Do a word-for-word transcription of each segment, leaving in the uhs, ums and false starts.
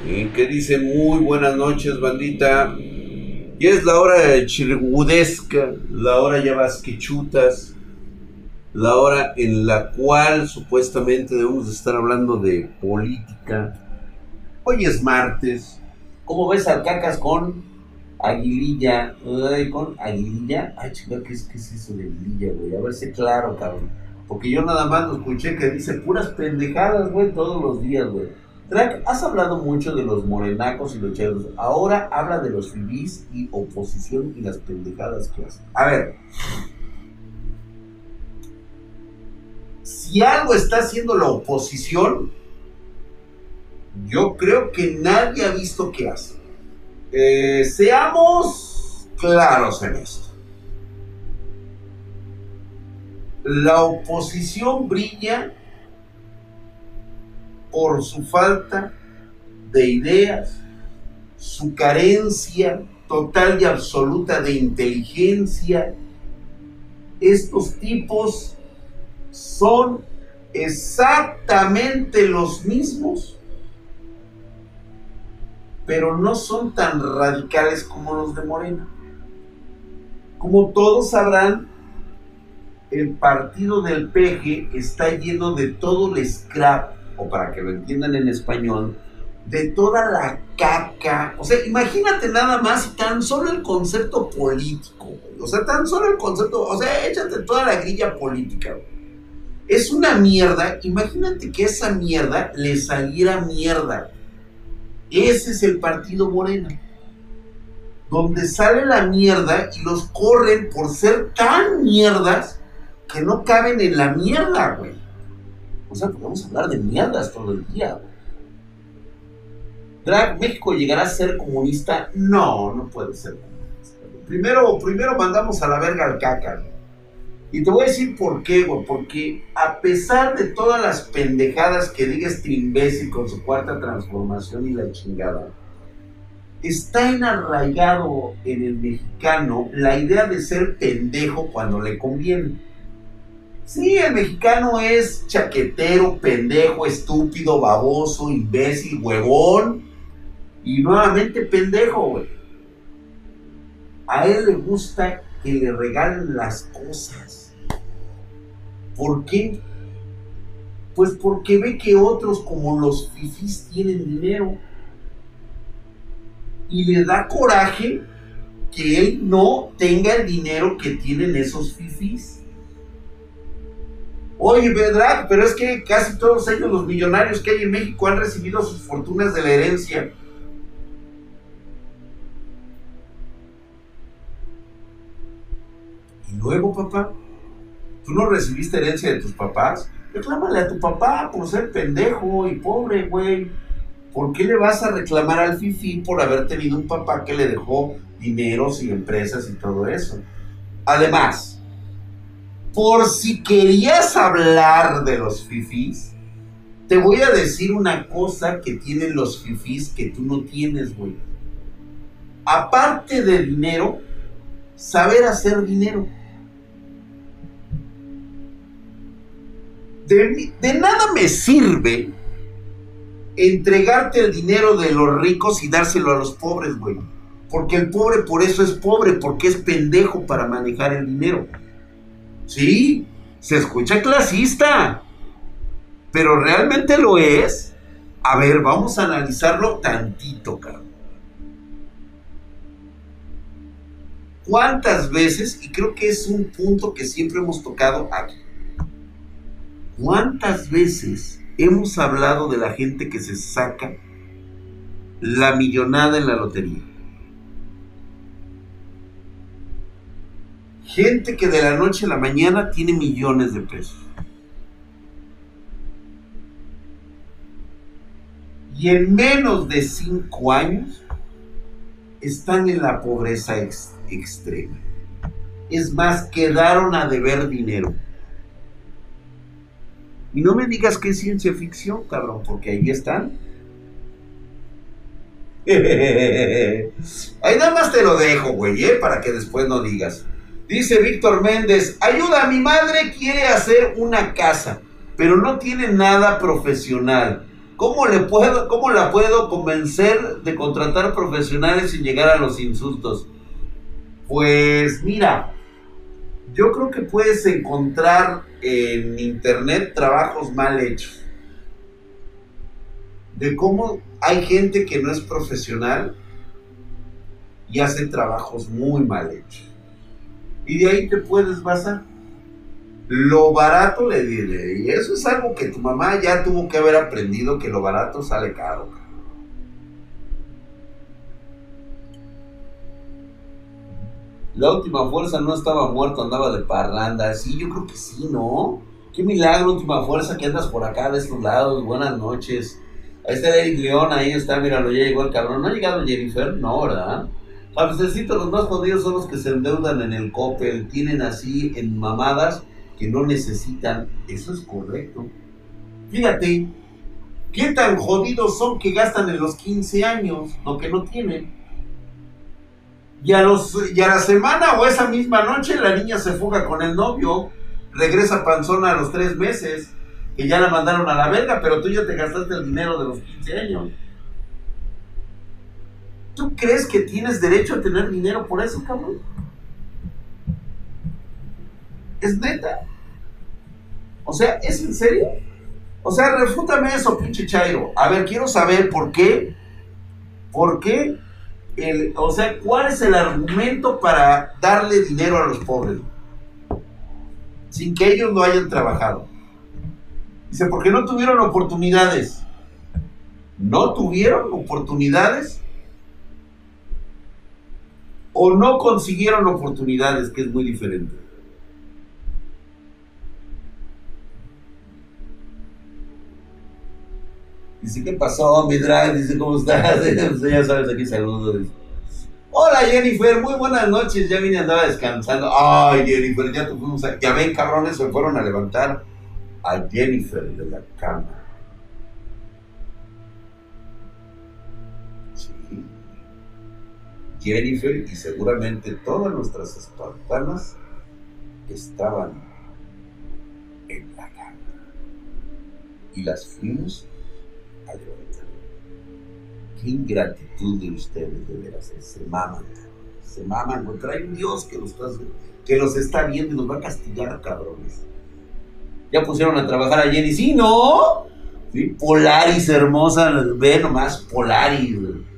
Y que dice muy buenas noches, bandita. Y es la hora chirigudesca, la hora ya vasquechutas, la hora en la cual supuestamente debemos estar hablando de política. Hoy es martes. ¿Cómo ves al cacas con aguililla? Ay, con aguililla. Ay, chica, ¿qué es, qué es eso de aguililla, güey? A ver si claro, cabrón. Porque yo nada más lo escuché que dice puras pendejadas, güey, todos los días, güey. Drag, has hablado mucho de los morenacos y los cheros. Ahora habla de los fifís y oposición y las pendejadas que hacen. A ver. Si algo está haciendo la oposición, yo creo que nadie ha visto qué hace. Eh, seamos claros en esto. La oposición brilla por su falta de ideas, su carencia total y absoluta de inteligencia. Estos tipos son exactamente los mismos, pero no son tan radicales como los de Morena. Como todos sabrán, el partido del P G está lleno de todo el scrap, o para que lo entiendan en español, de toda la caca. O sea, imagínate nada más tan solo el concepto político, güey. O sea, tan solo el concepto, o sea, échate toda la grilla política, güey. Es una mierda. Imagínate que esa mierda le saliera mierda. Ese es el partido Morena, donde sale la mierda y los corren por ser tan mierdas que no caben en la mierda, güey. O sea, podemos hablar de mierdas todo el día, güey. Drag, ¿México llegará a ser comunista? No, no puede ser comunista. Primero, primero mandamos a la verga al caca, güey. Y te voy a decir por qué, güey. Porque a pesar de todas las pendejadas que diga este imbécil con su cuarta transformación y la chingada, está enarraigado en el mexicano la idea de ser pendejo cuando le conviene. Sí, el mexicano es chaquetero, pendejo, estúpido, baboso, imbécil, huevón y nuevamente pendejo, güey. A él le gusta que le regalen las cosas. ¿Por qué? Pues porque ve que otros como los fifís tienen dinero y le da coraje que él no tenga el dinero que tienen esos fifís. Oye, Drag, pero es que casi todos ellos, los millonarios que hay en México, han recibido sus fortunas de la herencia. Y luego, papá, ¿tú no recibiste herencia de tus papás? Reclámale a tu papá por ser pendejo y pobre, güey. ¿Por qué le vas a reclamar al fifí por haber tenido un papá que le dejó dineros y empresas y todo eso? Además, por si querías hablar de los fifís, te voy a decir una cosa que tienen los fifís que tú no tienes, güey. Aparte de dinero, saber hacer dinero. De, de nada me sirve entregarte el dinero de los ricos y dárselo a los pobres, güey. Porque el pobre por eso es pobre, porque es pendejo para manejar el dinero. Sí, se escucha clasista, pero realmente lo es. A ver, vamos a analizarlo tantito, cabrón. ¿Cuántas veces, y creo que es un punto que siempre hemos tocado aquí, cuántas veces hemos hablado de la gente que se saca la millonada en la lotería? Gente que de la noche a la mañana tiene millones de pesos. Y en menos de cinco años están en la pobreza ex- extrema. Es más, quedaron a deber dinero. Y no me digas que es ciencia ficción, cabrón, porque ahí están. Ahí nada más te lo dejo, güey, ¿eh? Para que después no digas. Dice Víctor Méndez, ayuda, mi madre quiere hacer una casa, pero no tiene nada profesional. ¿Cómo le puedo, cómo la puedo convencer de contratar profesionales sin llegar a los insultos? Pues mira, yo creo que puedes encontrar en internet trabajos mal hechos. De cómo hay gente que no es profesional y hace trabajos muy mal hechos. Y de ahí te puedes basar. Lo barato le diré, y eso es algo que tu mamá ya tuvo que haber aprendido, que lo barato sale caro. La última fuerza no estaba muerto, andaba de parranda. Sí, yo creo que sí, ¿no? Qué milagro, última fuerza, que andas por acá de estos lados. Buenas noches. Ahí está Eric León, ahí está, míralo, ya llegó el cabrón. ¿No ha llegado Jennifer? No, ¿verdad? Japsecito, los más jodidos son los que se endeudan en el Coppel, tienen así en mamadas que no necesitan. Eso es correcto. Fíjate, ¿qué tan jodidos son que gastan en los quince años lo que no tienen? Y a, los, y a la semana o esa misma noche la niña se fuga con el novio, regresa panzona a los tres meses, que ya la mandaron a la verga, pero tú ya te gastaste el dinero de los quince años. ¿Tú crees que tienes derecho a tener dinero por eso, cabrón? ¿Es neta? O sea, ¿es en serio? O sea, refútame eso, pinche Chairo. A ver, quiero saber por qué. ¿Por qué? El, o sea, ¿cuál es el argumento para darle dinero a los pobres? Sin que ellos lo hayan trabajado. Dice, porque no tuvieron oportunidades. ¿No tuvieron oportunidades? ¿O no consiguieron oportunidades? Que es muy diferente. Dice, ¿qué pasó, mi drag? Dice, ¿cómo estás? Ya sabes, aquí saludos. Hola, Jennifer, muy buenas noches. Ya vine, andaba descansando. Ay, Jennifer, ya te fuimos a... Ya ven, cabrones, se fueron a levantar a Jennifer de la cama. Sí. Jennifer y seguramente todas nuestras espartanas estaban en la cama. Y las fuimos a levantar. Qué ingratitud de ustedes, de veras. Se maman. Se maman. No trae un Dios que los, está, que los está viendo y los va a castigar, cabrones. Ya pusieron a trabajar a Jenny. Sí, ¿no? ¿Sí? Polaris, hermosa. Ve nomás, Polaris.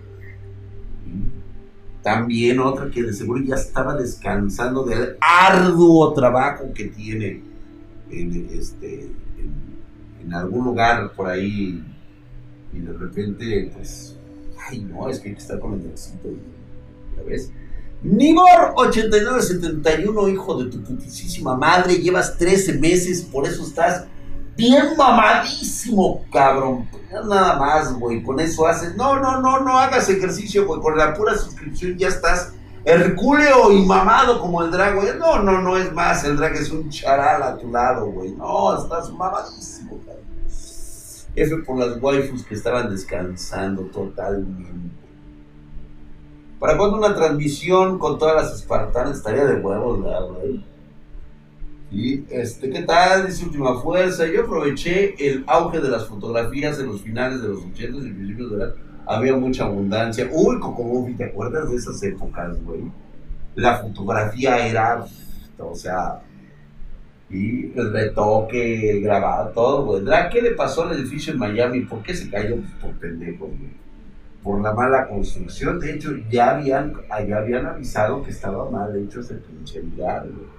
También otra que de seguro ya estaba descansando del arduo trabajo que tiene en, este, en, en algún lugar por ahí. Y de repente, pues, ay, no, es que hay que estar con el éxito. ¿Ya ves? Nibor ochenta y nueve setenta y uno, hijo de tu putísima madre, llevas trece meses, por eso estás bien mamadísimo, cabrón. Nada más, güey, con eso haces. No, no, no, no hagas ejercicio, güey, con la pura suscripción ya estás hercúleo y mamado como el drag, güey. No, no, no es más, el drag es un charal a tu lado, güey. No, estás mamadísimo, cabrón. F por las waifus que estaban descansando totalmente. ¿Para cuándo una transmisión con todas las espartanas? Estaría de huevos, güey. Sí, este, ¿qué tal? Dice Última Fuerza. Yo aproveché el auge de las fotografías en los finales de los ochentas y principios de la... Había mucha abundancia. Uy, Cocobufi, ¿te acuerdas de esas épocas, güey? La fotografía era, o sea, y el retoque, el grabado, todo, güey. ¿Qué le pasó al edificio en Miami? ¿Por qué se cayó? Pues por pendejo, güey. Por la mala construcción. De hecho, ya habían, ya habían avisado que estaba mal hecho ese pinche lugar, güey.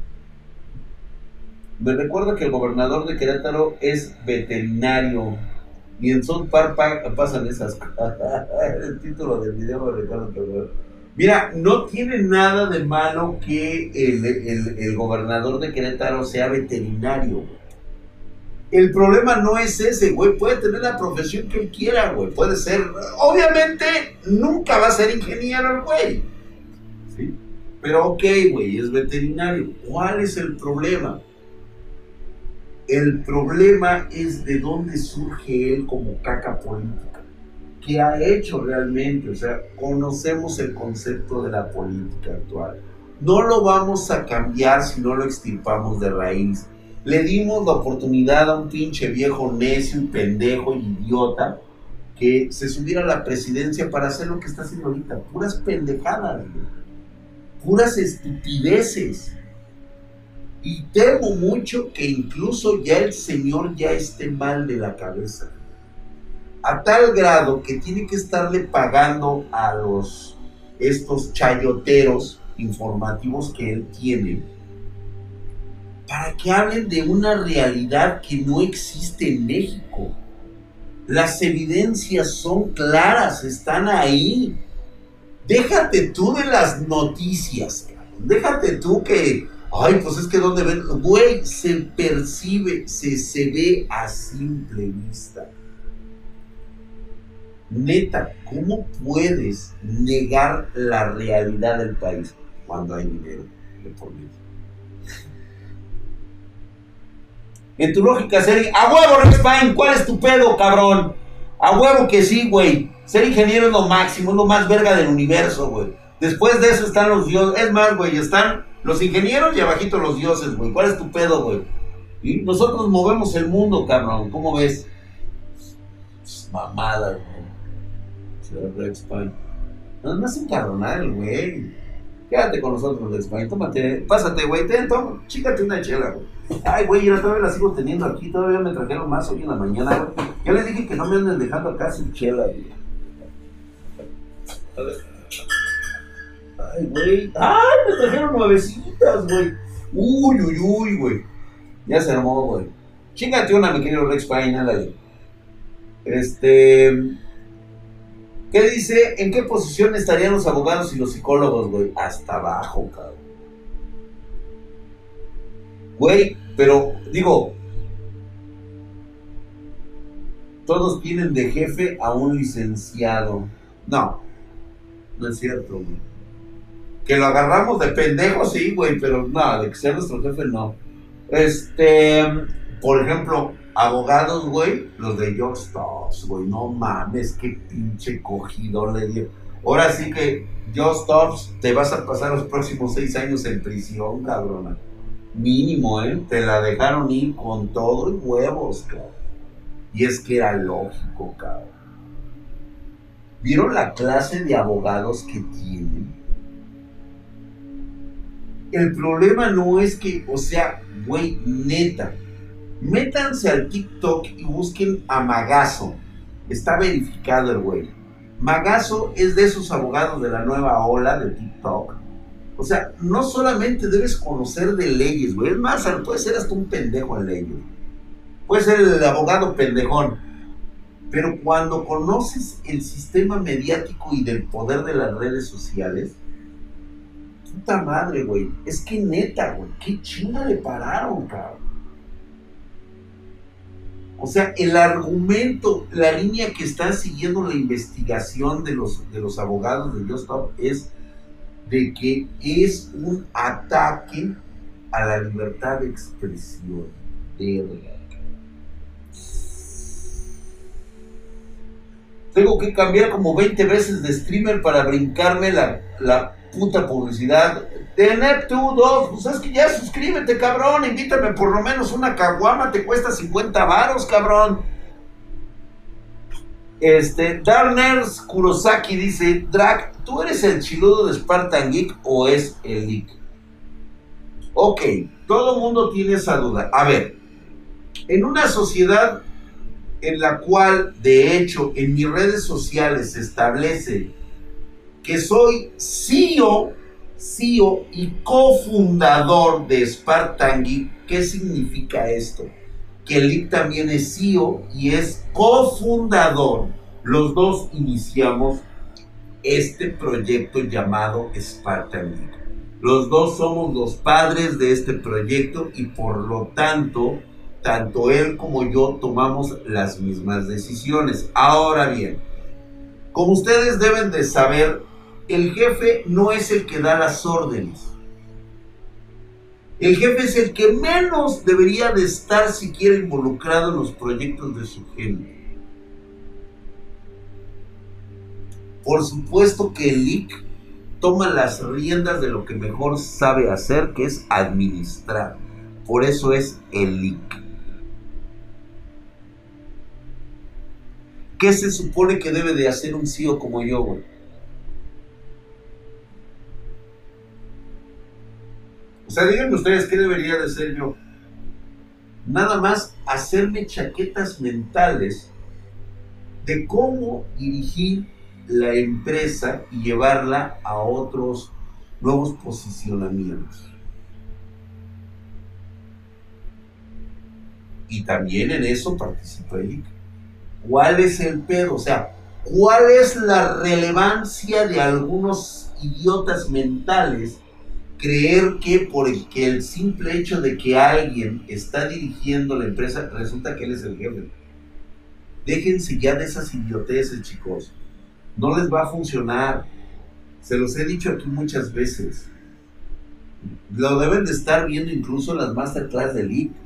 Me recuerdo que el gobernador de Querétaro es veterinario. Y en South Park pasan esas cosas. El título del video me recuerdo que... Mira, no tiene nada de malo que el, el, el gobernador de Querétaro sea veterinario. El problema no es ese, güey. Puede tener la profesión que él quiera, güey. Puede ser... Obviamente, nunca va a ser ingeniero el güey. ¿Sí? Pero ok, güey, es veterinario. ¿Cuál es el problema? El problema es de dónde surge él como caca política. ¿Qué ha hecho realmente? O sea, conocemos el concepto de la política actual. No lo vamos a cambiar si no lo extirpamos de raíz. Le dimos la oportunidad a un pinche viejo necio y pendejo y idiota que se subiera a la presidencia para hacer lo que está haciendo ahorita. Puras pendejadas, güey. Puras estupideces. Y temo mucho que incluso ya el señor ya esté mal de la cabeza. A tal grado que tiene que estarle pagando a los estos chayoteros informativos que él tiene para que hablen de una realidad que no existe en México. Las evidencias son claras, están ahí. Déjate tú de las noticias, déjate tú que, ay, pues es que donde ven, güey, se percibe, se, se ve a simple vista. Neta, ¿cómo puedes negar la realidad del país cuando hay dinero de por medio? En tu lógica, ser... ¡A huevo, Rex Pine! ¿Cuál es tu pedo, cabrón? A huevo que sí, güey. Ser ingeniero es lo máximo, es lo más verga del universo, güey. Después de eso están los dioses. Es más, güey, están los ingenieros y abajito los dioses, güey. ¿Cuál es tu pedo, güey? ¿Y? Nosotros movemos el mundo, cabrón. ¿Cómo ves? Mamada, güey. Rex Pine. No, no es encabronar el güey. Quédate con nosotros, Rex Pine. Tómate, pásate, güey. Ten, toma, chícate una chela, güey. Ay, güey, yo todavía la sigo teniendo aquí. Todavía me trajeron más hoy en la mañana, güey. Ya les dije que no me anden dejando acá sin chela, güey. Ay, güey. Ay, me trajeron nuevecitas, güey. Uy, uy, uy, güey. Ya se armó, güey. Chíngate una, mi querido Rex Pine, ándale. Este... ¿Qué dice? ¿En qué posición estarían los abogados y los psicólogos, güey? Hasta abajo, cabrón. Güey, pero, digo, todos tienen de jefe a un licenciado. No, no es cierto, güey. Que lo agarramos de pendejo, sí, güey, pero no, de que sea nuestro jefe, no. Este, por ejemplo, abogados, güey, los de Just Stops, güey, no mames, qué pinche cogido le dio. Ahora sí que Just Stops te vas a pasar los próximos seis años en prisión, cabrona. Mínimo, ¿eh? Te la dejaron ir con todo y huevos, cabrón. Y es que era lógico, cabrón. ¿Vieron la clase de abogados que tienen? El problema no es que, o sea, güey, neta, métanse al TikTok y busquen a Magazo. Está verificado el güey. Magazo es de esos abogados de la nueva ola de TikTok. O sea, no solamente debes conocer de leyes, güey. Es más, puede ser hasta un pendejo en leyes. Puede ser el abogado pendejón. Pero cuando conoces el sistema mediático y del poder de las redes sociales, puta madre, güey. Es que neta, güey. Qué chinga le pararon, cabrón. O sea, el argumento, la línea que está siguiendo la investigación de los, de los abogados de Just Stop es de que es un ataque a la libertad de expresión. Verga. Tengo que cambiar como veinte veces de streamer para brincarme la, la puta publicidad. De Neptuno dos, pues es que ya suscríbete, cabrón. Invítame por lo menos una caguama, te cuesta cincuenta varos, cabrón. Este, Darners Kurosaki dice: Drag, ¿tú eres el chiludo de Spartan Geek o es el leak? Ok, todo mundo tiene esa duda. A ver, en una sociedad en la cual, de hecho, en mis redes sociales se establece que soy C E O, C E O y cofundador de Spartan Geek, ¿qué significa esto? Que el leak también es C E O y es cofundador. Los dos iniciamos este proyecto llamado Spartan Geek. Los dos somos los padres de este proyecto y por lo tanto, tanto él como yo tomamos las mismas decisiones. Ahora bien, como ustedes deben de saber, el jefe no es el que da las órdenes. El jefe es el que menos debería de estar siquiera involucrado en los proyectos de su gente. Por supuesto que el leak toma las riendas de lo que mejor sabe hacer, que es administrar. Por eso es el I C. ¿Qué se supone que debe de hacer un C E O como yo, güey? O sea, díganme ustedes, ¿qué debería de ser yo? Nada más hacerme chaquetas mentales de cómo dirigir la empresa y llevarla a otros nuevos posicionamientos. Y también en eso participa el I C. ¿Cuál es el pedo? O sea, ¿cuál es la relevancia de algunos idiotas mentales creer que por el, que el simple hecho de que alguien está dirigiendo la empresa resulta que él es el jefe? Déjense ya de esas idioteces, chicos. No les va a funcionar. Se los he dicho aquí muchas veces. Lo deben de estar viendo incluso en las masterclass del I C.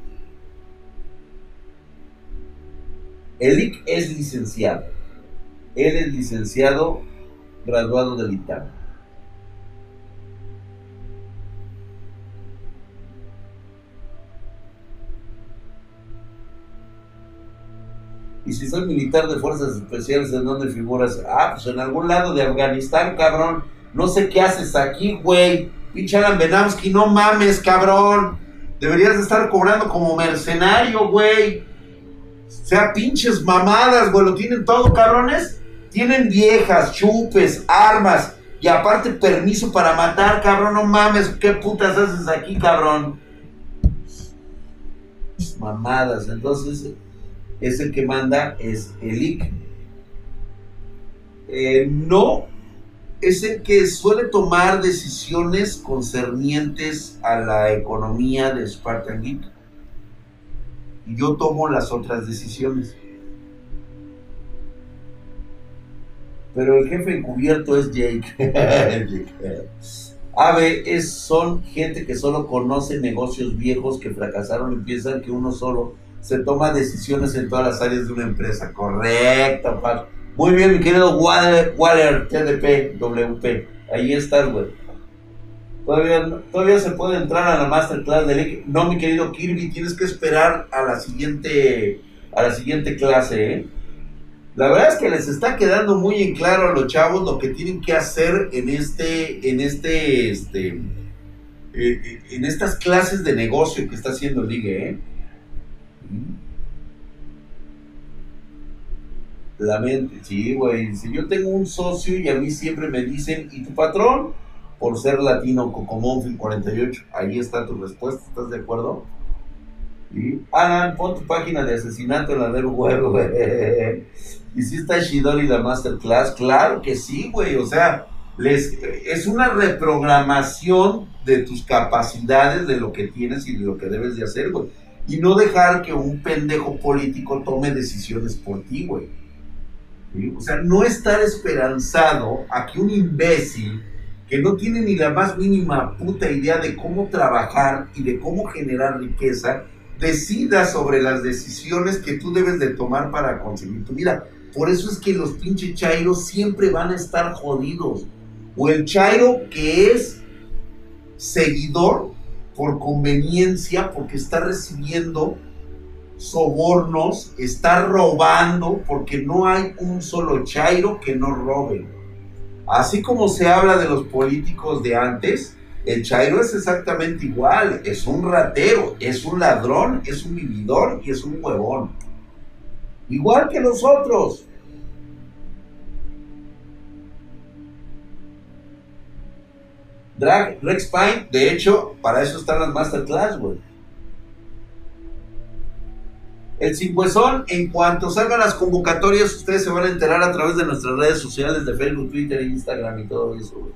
El I C es licenciado. Él es licenciado graduado del I T A M. Y si soy militar de fuerzas especiales, ¿en dónde figuras? Ah, pues en algún lado de Afganistán, cabrón. No sé qué haces aquí, güey. Pinche Alan Benamsky, no mames, cabrón. Deberías de estar cobrando como mercenario, güey. O sea, pinches mamadas, güey. Lo tienen todo, cabrones. Tienen viejas, chupes, armas. Y aparte permiso para matar, cabrón. No mames, ¿qué putas haces aquí, cabrón? Mamadas. Entonces... es el que manda, es el I C. Eh, no, es el que suele tomar decisiones concernientes a la economía de Spartan Geek. Y yo tomo las otras decisiones. Pero el jefe encubierto es Jake. A B es, son gente que solo conoce negocios viejos que fracasaron y piensan que uno solo se toma decisiones en todas las áreas de una empresa. Correcto, Paz. Muy bien, mi querido Waller, Waller T D P, W P. Ahí estás, güey. Todavía, todavía se puede entrar a la masterclass del I C. No, mi querido Kirby, tienes que esperar a la siguiente, a la siguiente clase, ¿eh? La verdad es que les está quedando muy en claro a los chavos lo que tienen que hacer en este, en este, este, eh, en estas clases de negocio que está haciendo el I G, ¿eh? La mente, sí, güey. Si yo tengo un socio y a mí siempre me dicen, ¿y tu patrón? Por ser latino, Cocomónfil cuarenta y ocho. Ahí está tu respuesta, ¿estás de acuerdo? ¿Sí? Alan, pon tu página de asesinato en la del web, güey. ¿Y si está Shidori la masterclass? Claro que sí, güey. O sea, les, es una reprogramación de tus capacidades, de lo que tienes y de lo que debes de hacer, güey. Y no dejar que un pendejo político tome decisiones por ti, güey. ¿Sí? O sea, no estar esperanzado a que un imbécil que no tiene ni la más mínima puta idea de cómo trabajar y de cómo generar riqueza, decida sobre las decisiones que tú debes de tomar para conseguir tu vida. Por eso es que los pinches chairos siempre van a estar jodidos. O el chairo que es seguidor por conveniencia, porque está recibiendo sobornos, está robando, porque no hay un solo chairo que no robe. Así como se habla de los políticos de antes, el chairo es exactamente igual, es un ratero, es un ladrón, es un vividor y es un huevón. Igual que los otros. Drag, Rex Pine, de hecho, para eso están las masterclass, güey. El Cingüezón, en cuanto salgan las convocatorias, ustedes se van a enterar a través de nuestras redes sociales de Facebook, Twitter, Instagram y todo eso, güey.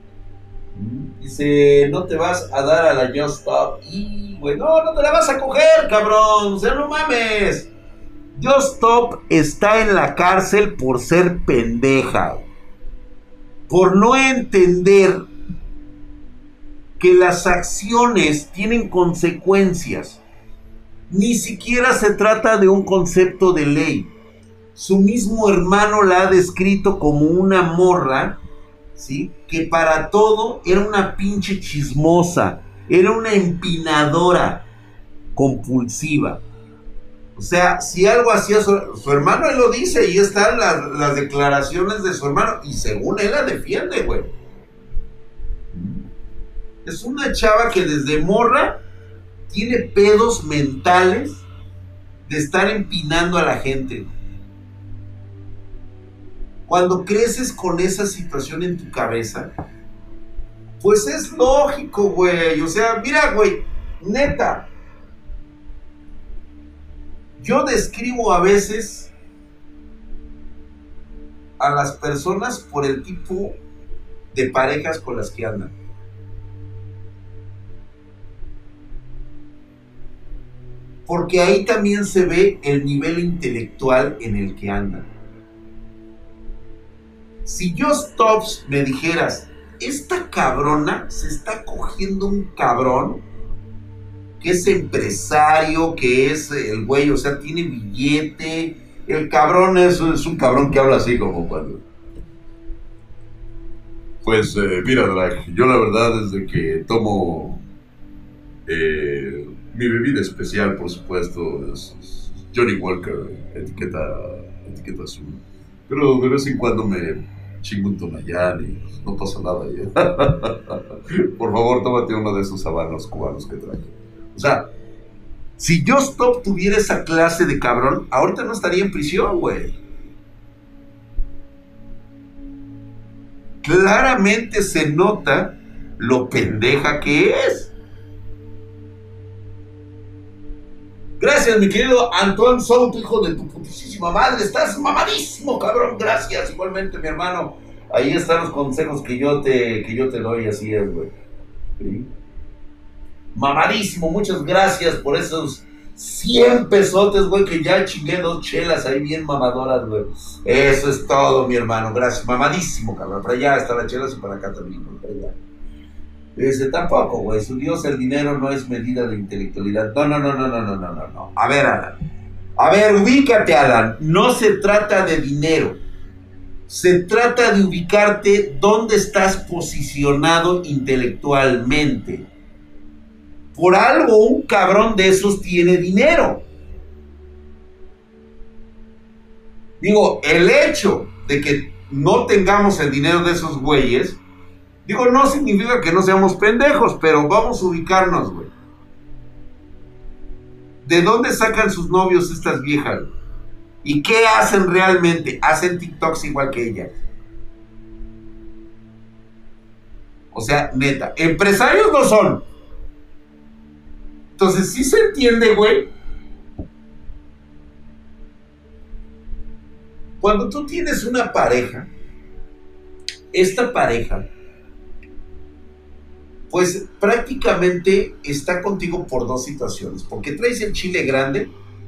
Dice, no te vas a dar a la Just Stop. Y, güey, no, no te la vas a coger, cabrón. O sea, no mames. Just Stop está en la cárcel por ser pendeja. Por no entender que las acciones tienen consecuencias. Ni siquiera se trata de un concepto de ley. Su mismo hermano la ha descrito como una morra, ¿sí? Que para todo era una pinche chismosa, era una empinadora. compulsiva. O sea, si algo hacía su, su hermano, él lo dice, y están las, las declaraciones de su hermano, y según él la defiende, güey. Es una chava que desde morra tiene pedos mentales de estar empinando a la gente. Cuando creces con esa situación en tu cabeza, pues es lógico, güey. O sea, mira, güey, neta, yo describo a veces a las personas por el tipo de parejas con las que andan. Porque ahí también se ve el nivel intelectual en el que andan. Si yo, Stops, me dijeras, esta cabrona se está cogiendo un cabrón que es empresario, que es el güey, o sea, tiene billete, el cabrón es, es un cabrón que habla así como cuando... Pues eh, mira, Drag, yo la verdad desde que tomo eh, mi bebida especial, por supuesto, es, es Johnny Walker, etiqueta, etiqueta azul. Pero de vez en cuando me chingo un tonallán y pues, no pasa nada. ¿Ya? Por favor, tómate uno de esos habanos cubanos que traje. O sea, si yo Stop tuviera esa clase de cabrón, ahorita no estaría en prisión, güey. Claramente se nota lo pendeja que es. Gracias, mi querido Antoine Souto, hijo de tu putísima madre. Estás mamadísimo, cabrón. Gracias, igualmente, mi hermano. Ahí están los consejos que yo te, que yo te doy, así es, güey. ¿Sí? Mamadísimo, muchas gracias por esos cien pesotes, güey, que ya chingué dos chelas ahí bien mamadoras, güey. Eso es todo, mi hermano. Gracias, mamadísimo, cabrón. Para allá está la chela y para acá también, güey. Para allá. Dice, tampoco, güey, su Dios el dinero no es medida de intelectualidad. No, no, no, no, no, no, no, no, no. A ver, Alan. A ver, ubícate, Alan. No se trata de dinero. Se trata de ubicarte dónde estás posicionado intelectualmente. Por algo un cabrón de esos tiene dinero. Digo, el hecho de que no tengamos el dinero de esos güeyes, digo, no significa que no seamos pendejos, pero vamos a ubicarnos, güey. ¿De dónde sacan sus novios estas viejas? ¿Y qué hacen realmente? Hacen TikToks igual que ellas. O sea, neta, empresarios no son. Entonces, sí se entiende, güey. Cuando tú tienes una pareja, esta pareja, pues prácticamente está contigo por dos situaciones. Porque traes el chile grande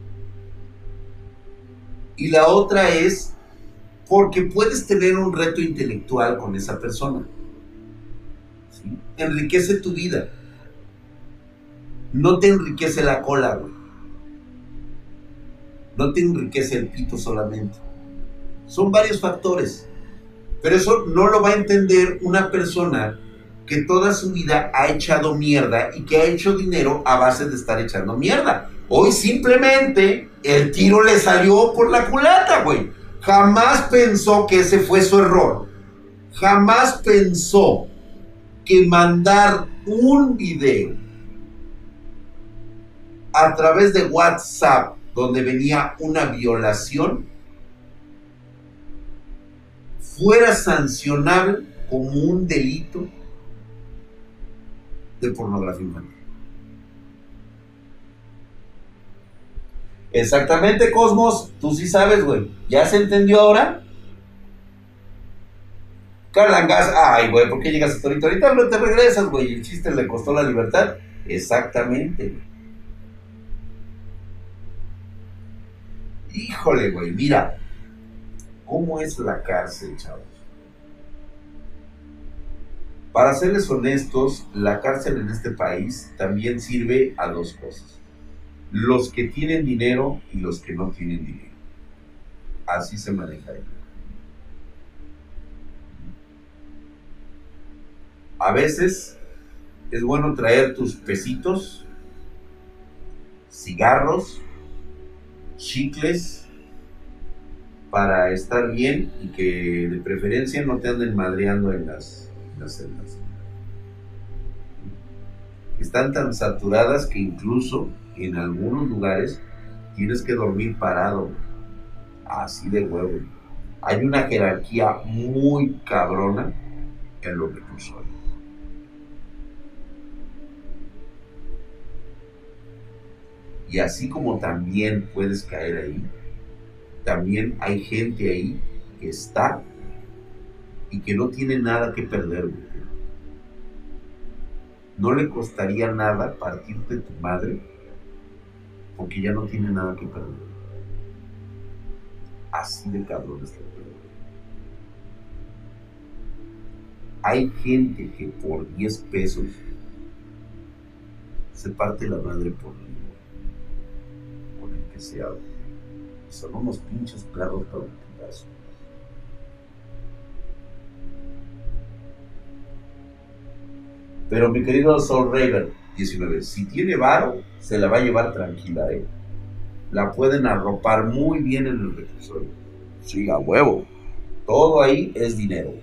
y la otra es porque puedes tener un reto intelectual con esa persona. ¿Sí? Enriquece tu vida. No te enriquece la cola, güey. No te enriquece el pito solamente. Son varios factores. Pero eso no lo va a entender una persona que toda su vida ha echado mierda y que ha hecho dinero a base de estar echando mierda. Hoy simplemente el tiro le salió por la culata, güey. Jamás pensó que ese fue su error. Jamás pensó que mandar un video a través de WhatsApp donde venía una violación fuera sancionable como un delito de pornografía infantil. Exactamente, Cosmos, tú sí sabes, güey. ¿Ya se entendió ahora? Carlangas, ay, güey, ¿por qué llegas hasta ahorita? Ahorita no te regresas, güey. El chiste le costó la libertad. Exactamente. Híjole, güey, mira. ¿Cómo es la cárcel, chavos? Para serles honestos, la cárcel en este país también sirve a dos cosas. Los que tienen dinero y los que no tienen dinero. Así se maneja ahí. A veces es bueno traer tus pesitos cigarros, chicles, para estar bien y que de preferencia no te anden madreando en las, en las celdas. Están tan saturadas que incluso en algunos lugares tienes que dormir parado, así de huevo. Hay una jerarquía muy cabrona en los reclusorios. Y así como también puedes caer ahí, también hay gente ahí que está y que no tiene nada que perder, güey. No le costaría nada partirte tu madre porque ya no tiene nada que perder. Así de cabrón está el pedo. Hay gente que por diez pesos se parte la madre por mí, por el que sea. Son unos pinches perros para un pedazo. Pero mi querido Soul Raven diecinueve, si tiene varo, se la va a llevar tranquila, ¿eh? La pueden arropar muy bien en el reclusorio. Sí, a huevo. Todo ahí es dinero.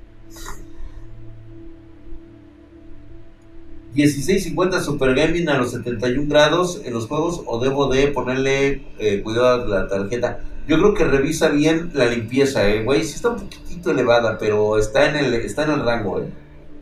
dieciséis cincuenta Super Gaming a los setenta y un grados en los juegos, o debo de ponerle eh, cuidado a la tarjeta. Yo creo que revisa bien la limpieza, eh, güey. Sí está un poquitito elevada, pero está en el, está en el rango, eh.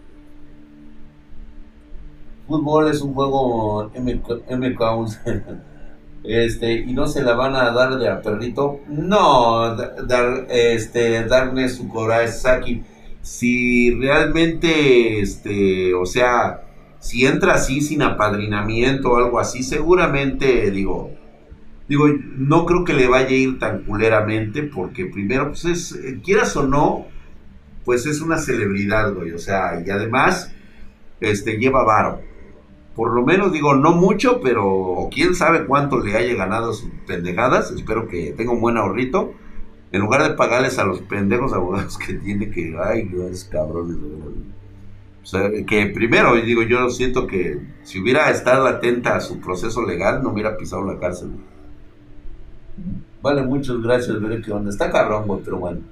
Fútbol es un juego M K este, y no se la van a dar de a perrito. No, dar, este, Darkness Sukorasaki. Si realmente, este, o sea, si entra así sin apadrinamiento o algo así, seguramente, digo, digo, no creo que le vaya a ir tan culeramente, porque primero, pues es, quieras o no, pues es una celebridad, güey, o sea, y además, este, lleva varo. Por lo menos, digo, no mucho, pero quién sabe cuánto le haya ganado sus pendejadas. Espero que tenga un buen ahorrito. En lugar de pagarles a los pendejos abogados que tiene que... Ay, Dios, cabrones. O sea, que primero, digo, yo siento que si hubiera estado atenta a su proceso legal, no hubiera pisado la cárcel. Vale, muchas gracias, veré qué onda. Está cabrón, güey, pero bueno.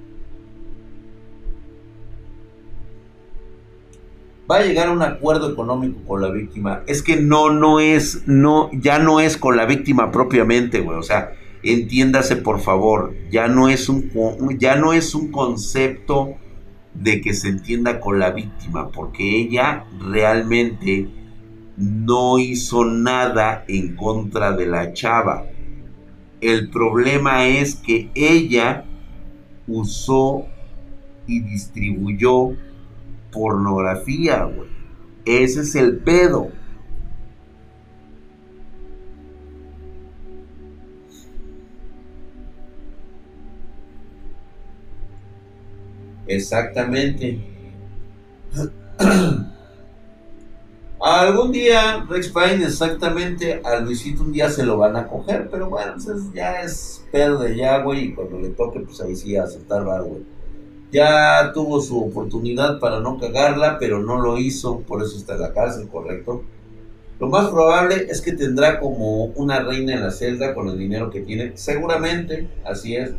Va a llegar a un acuerdo económico con la víctima. Es que no, no es, no, ya no es con la víctima propiamente, güey. O sea, entiéndase por favor, ya no es un, ya no es un concepto de que se entienda con la víctima, porque ella realmente no hizo nada en contra de la chava. El problema es que ella usó y distribuyó pornografía, güey. Ese es el pedo. Exactamente. Algún día Rex Pine, exactamente, a Luisito un día se lo van a coger, pero bueno, pues ya es pedo de ya, güey, y cuando le toque, pues ahí sí aceptar, va, güey. Ya tuvo su oportunidad para no cagarla, pero no lo hizo, por eso está en la cárcel, correcto. Lo más probable es que tendrá como una reina en la celda con el dinero que tiene, seguramente, así es.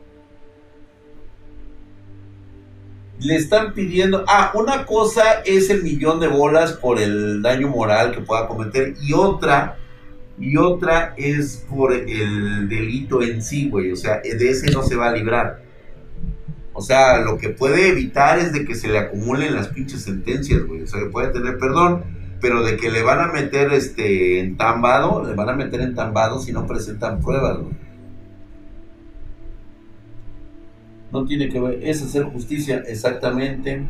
Le están pidiendo, ah, una cosa es el millón de bolas por el daño moral que pueda cometer, y otra, y otra es por el delito en sí, güey, o sea, de ese no se va a librar. O sea, lo que puede evitar es de que se le acumulen las pinches sentencias, güey. O sea, que puede tener perdón, pero de que le van a meter este entambado, le van a meter entambado si no presentan pruebas, güey. No tiene que ver, es hacer justicia, exactamente.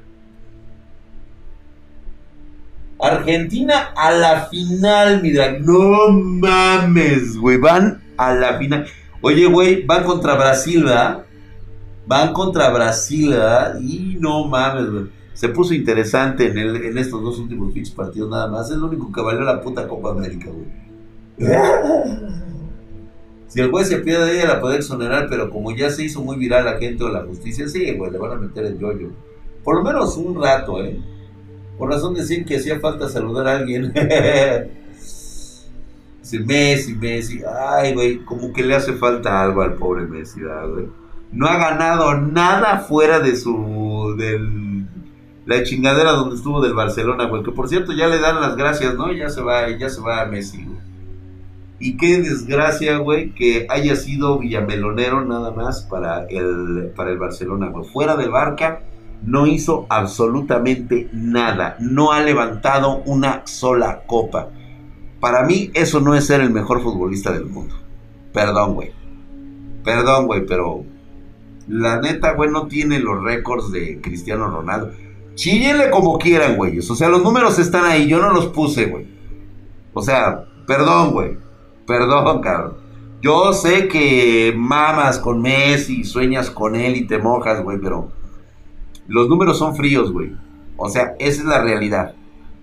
Argentina a la final, mi drag. No mames, güey, van a la final. Oye, güey, van contra Brasil, ¿verdad? Van contra Brasil, ¿verdad? Y no mames, güey. Se puso interesante en, el, en estos dos últimos partidos nada más. Es lo único que valió la puta Copa América, güey. Si el juez se pierde de ella la puede exonerar, pero como ya se hizo muy viral la gente o la justicia, sí, güey, le van a meter el yoyo. Por lo menos un rato, ¿eh? Por razón de decir que hacía falta saludar a alguien. Dice Messi, Messi. Ay, güey, como que le hace falta algo al pobre Messi, ¿verdad, güey? No ha ganado nada fuera de su... del... la chingadera donde estuvo del Barcelona, güey. Que por cierto ya le dan las gracias, ¿no? Ya se va, ya se va a Messi, güey. Y qué desgracia, güey, que haya sido villamelonero nada más para el, para el Barcelona, güey. Fuera del Barca no hizo absolutamente nada. No ha levantado una sola copa. Para mí eso no es ser el mejor futbolista del mundo. Perdón, güey. Perdón, güey, pero la neta, güey, no tiene los récords de Cristiano Ronaldo. Chíllenle como quieran, güey. O sea, los números están ahí. Yo no los puse, güey. O sea, perdón, güey. Perdón, cabrón. Yo sé que mamas con Messi, sueñas con él y te mojas, güey, pero los números son fríos, güey. O sea, esa es la realidad.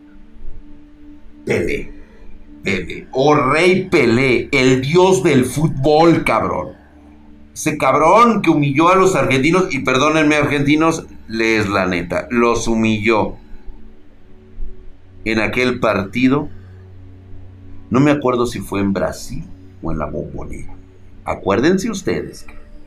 Pelé. Pelé. Oh, Rey Pelé, el dios del fútbol, cabrón. Ese cabrón que humilló a los argentinos, y perdónenme argentinos, les la neta, los humilló en aquel partido. No me acuerdo si fue en Brasil o en la Bombonera. Acuérdense ustedes.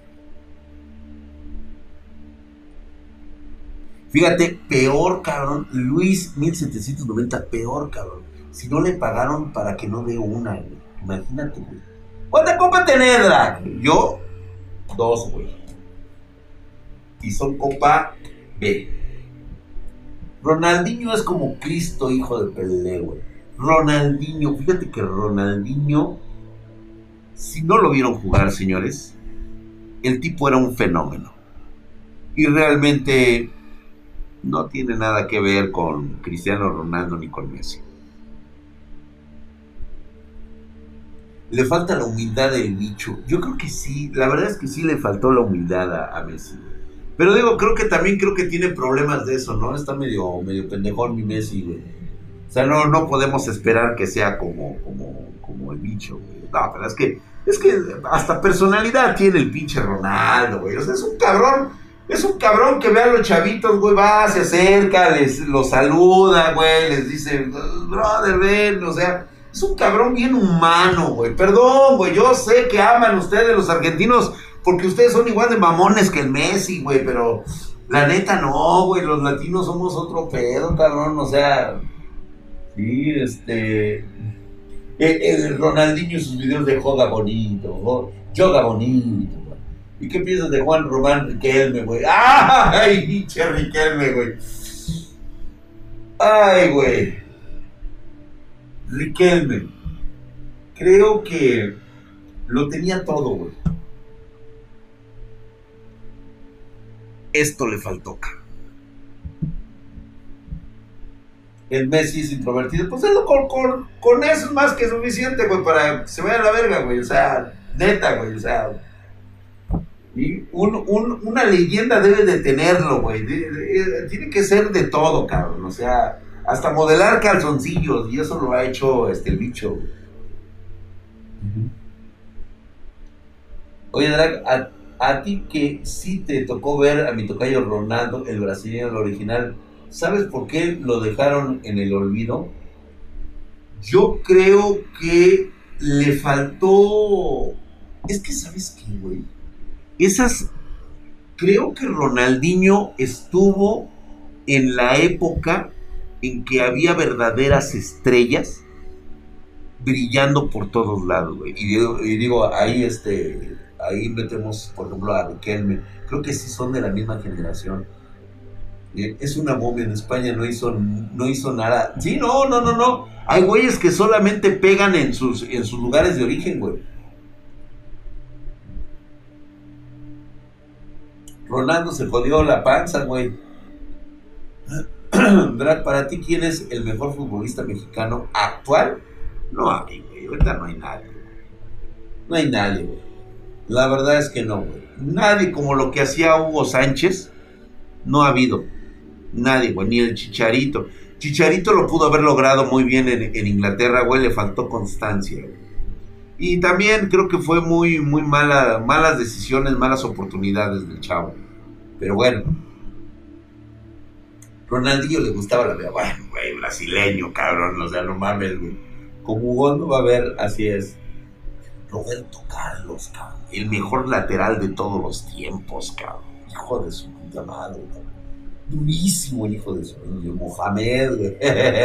Fíjate, peor, cabrón. Luis mil setecientos noventa, peor, cabrón. Si no le pagaron para que no dé una, güey. Imagínate, güey. ¿Cuánta copa tenés, Drag? Yo, dos, güey. Y son copa B. Ronaldinho es como Cristo, hijo de Pelé, güey. Ronaldinho, fíjate que Ronaldinho, si no lo vieron jugar, señores, el tipo era un fenómeno. Y realmente no tiene nada que ver con Cristiano Ronaldo ni con Messi. Le falta la humildad del bicho. Yo creo que sí, la verdad es que sí le faltó la humildad a, a Messi. Pero digo, creo que también creo que tiene problemas de eso, ¿no? Está medio, medio pendejón mi Messi, güey. O sea, no, no podemos esperar que sea como, como, como el bicho, güey. No, pero es que, es que hasta personalidad tiene el pinche Ronaldo, güey. O sea, es un cabrón, es un cabrón que ve a los chavitos, güey, va, se acerca, les los saluda, güey, les dice, brother, ven, o sea, es un cabrón bien humano, güey. Perdón, güey, yo sé que aman ustedes los argentinos porque ustedes son igual de mamones que el Messi, güey, pero la neta no, güey, los latinos somos otro pedo, cabrón, o sea... Sí, este. El, el Ronaldinho y sus videos de joga bonito, ¿no? Yoga bonito, güey. ¿Y qué piensas de Juan Román Riquelme, güey? ¡Ay, pinche Riquelme, güey! ¡Ay, güey! Riquelme. Creo que lo tenía todo, güey. Esto le faltó, cabrón. El Messi es introvertido, pues eso, con, con, con eso es más que suficiente, güey, para que se vaya a la verga, güey, o sea, neta, güey, o sea, y un, un, una leyenda debe de tenerlo, güey, de, de, tiene que ser de todo, cabrón, o sea, hasta modelar calzoncillos, y eso lo ha hecho este, el bicho, güey. Uh-huh. Oye, Drag, a, a ti que sí te tocó ver a mi tocayo Ronaldo, el brasileño, el original, ¿sabes por qué lo dejaron en el olvido? Yo creo que le faltó... Es que, ¿sabes qué, güey? Esas... Creo que Ronaldinho estuvo en la época en que había verdaderas estrellas brillando por todos lados, güey. Y digo, y digo, ahí este... Ahí metemos, por ejemplo, a Riquelme. Creo que sí son de la misma generación. Es una momia, en España no hizo, no hizo nada. Sí, no, no, no, no. Hay güeyes que solamente pegan en sus, en sus lugares de origen, güey. Ronaldo se jodió la panza, güey. Brad, para ti, ¿quién es el mejor futbolista mexicano actual? No hay, güey. Ahorita no hay nadie. No hay nadie, güey. La verdad es que no, güey. Nadie como lo que hacía Hugo Sánchez. No ha habido. Nadie, güey, ni el Chicharito. Chicharito lo pudo haber logrado muy bien en, en Inglaterra, güey, le faltó constancia, güey. Y también creo que fue muy, muy mala, malas decisiones, malas oportunidades del chavo. Pero bueno. Ronaldinho le gustaba la vida. Bueno, güey, brasileño, cabrón, o sea, no mames, güey. Como Hugo no va a haber, así es. Roberto Carlos, cabrón. El mejor lateral de todos los tiempos, cabrón. Hijo de su puta madre, cabrón. Durísimo el hijo de su Mohamed, güey.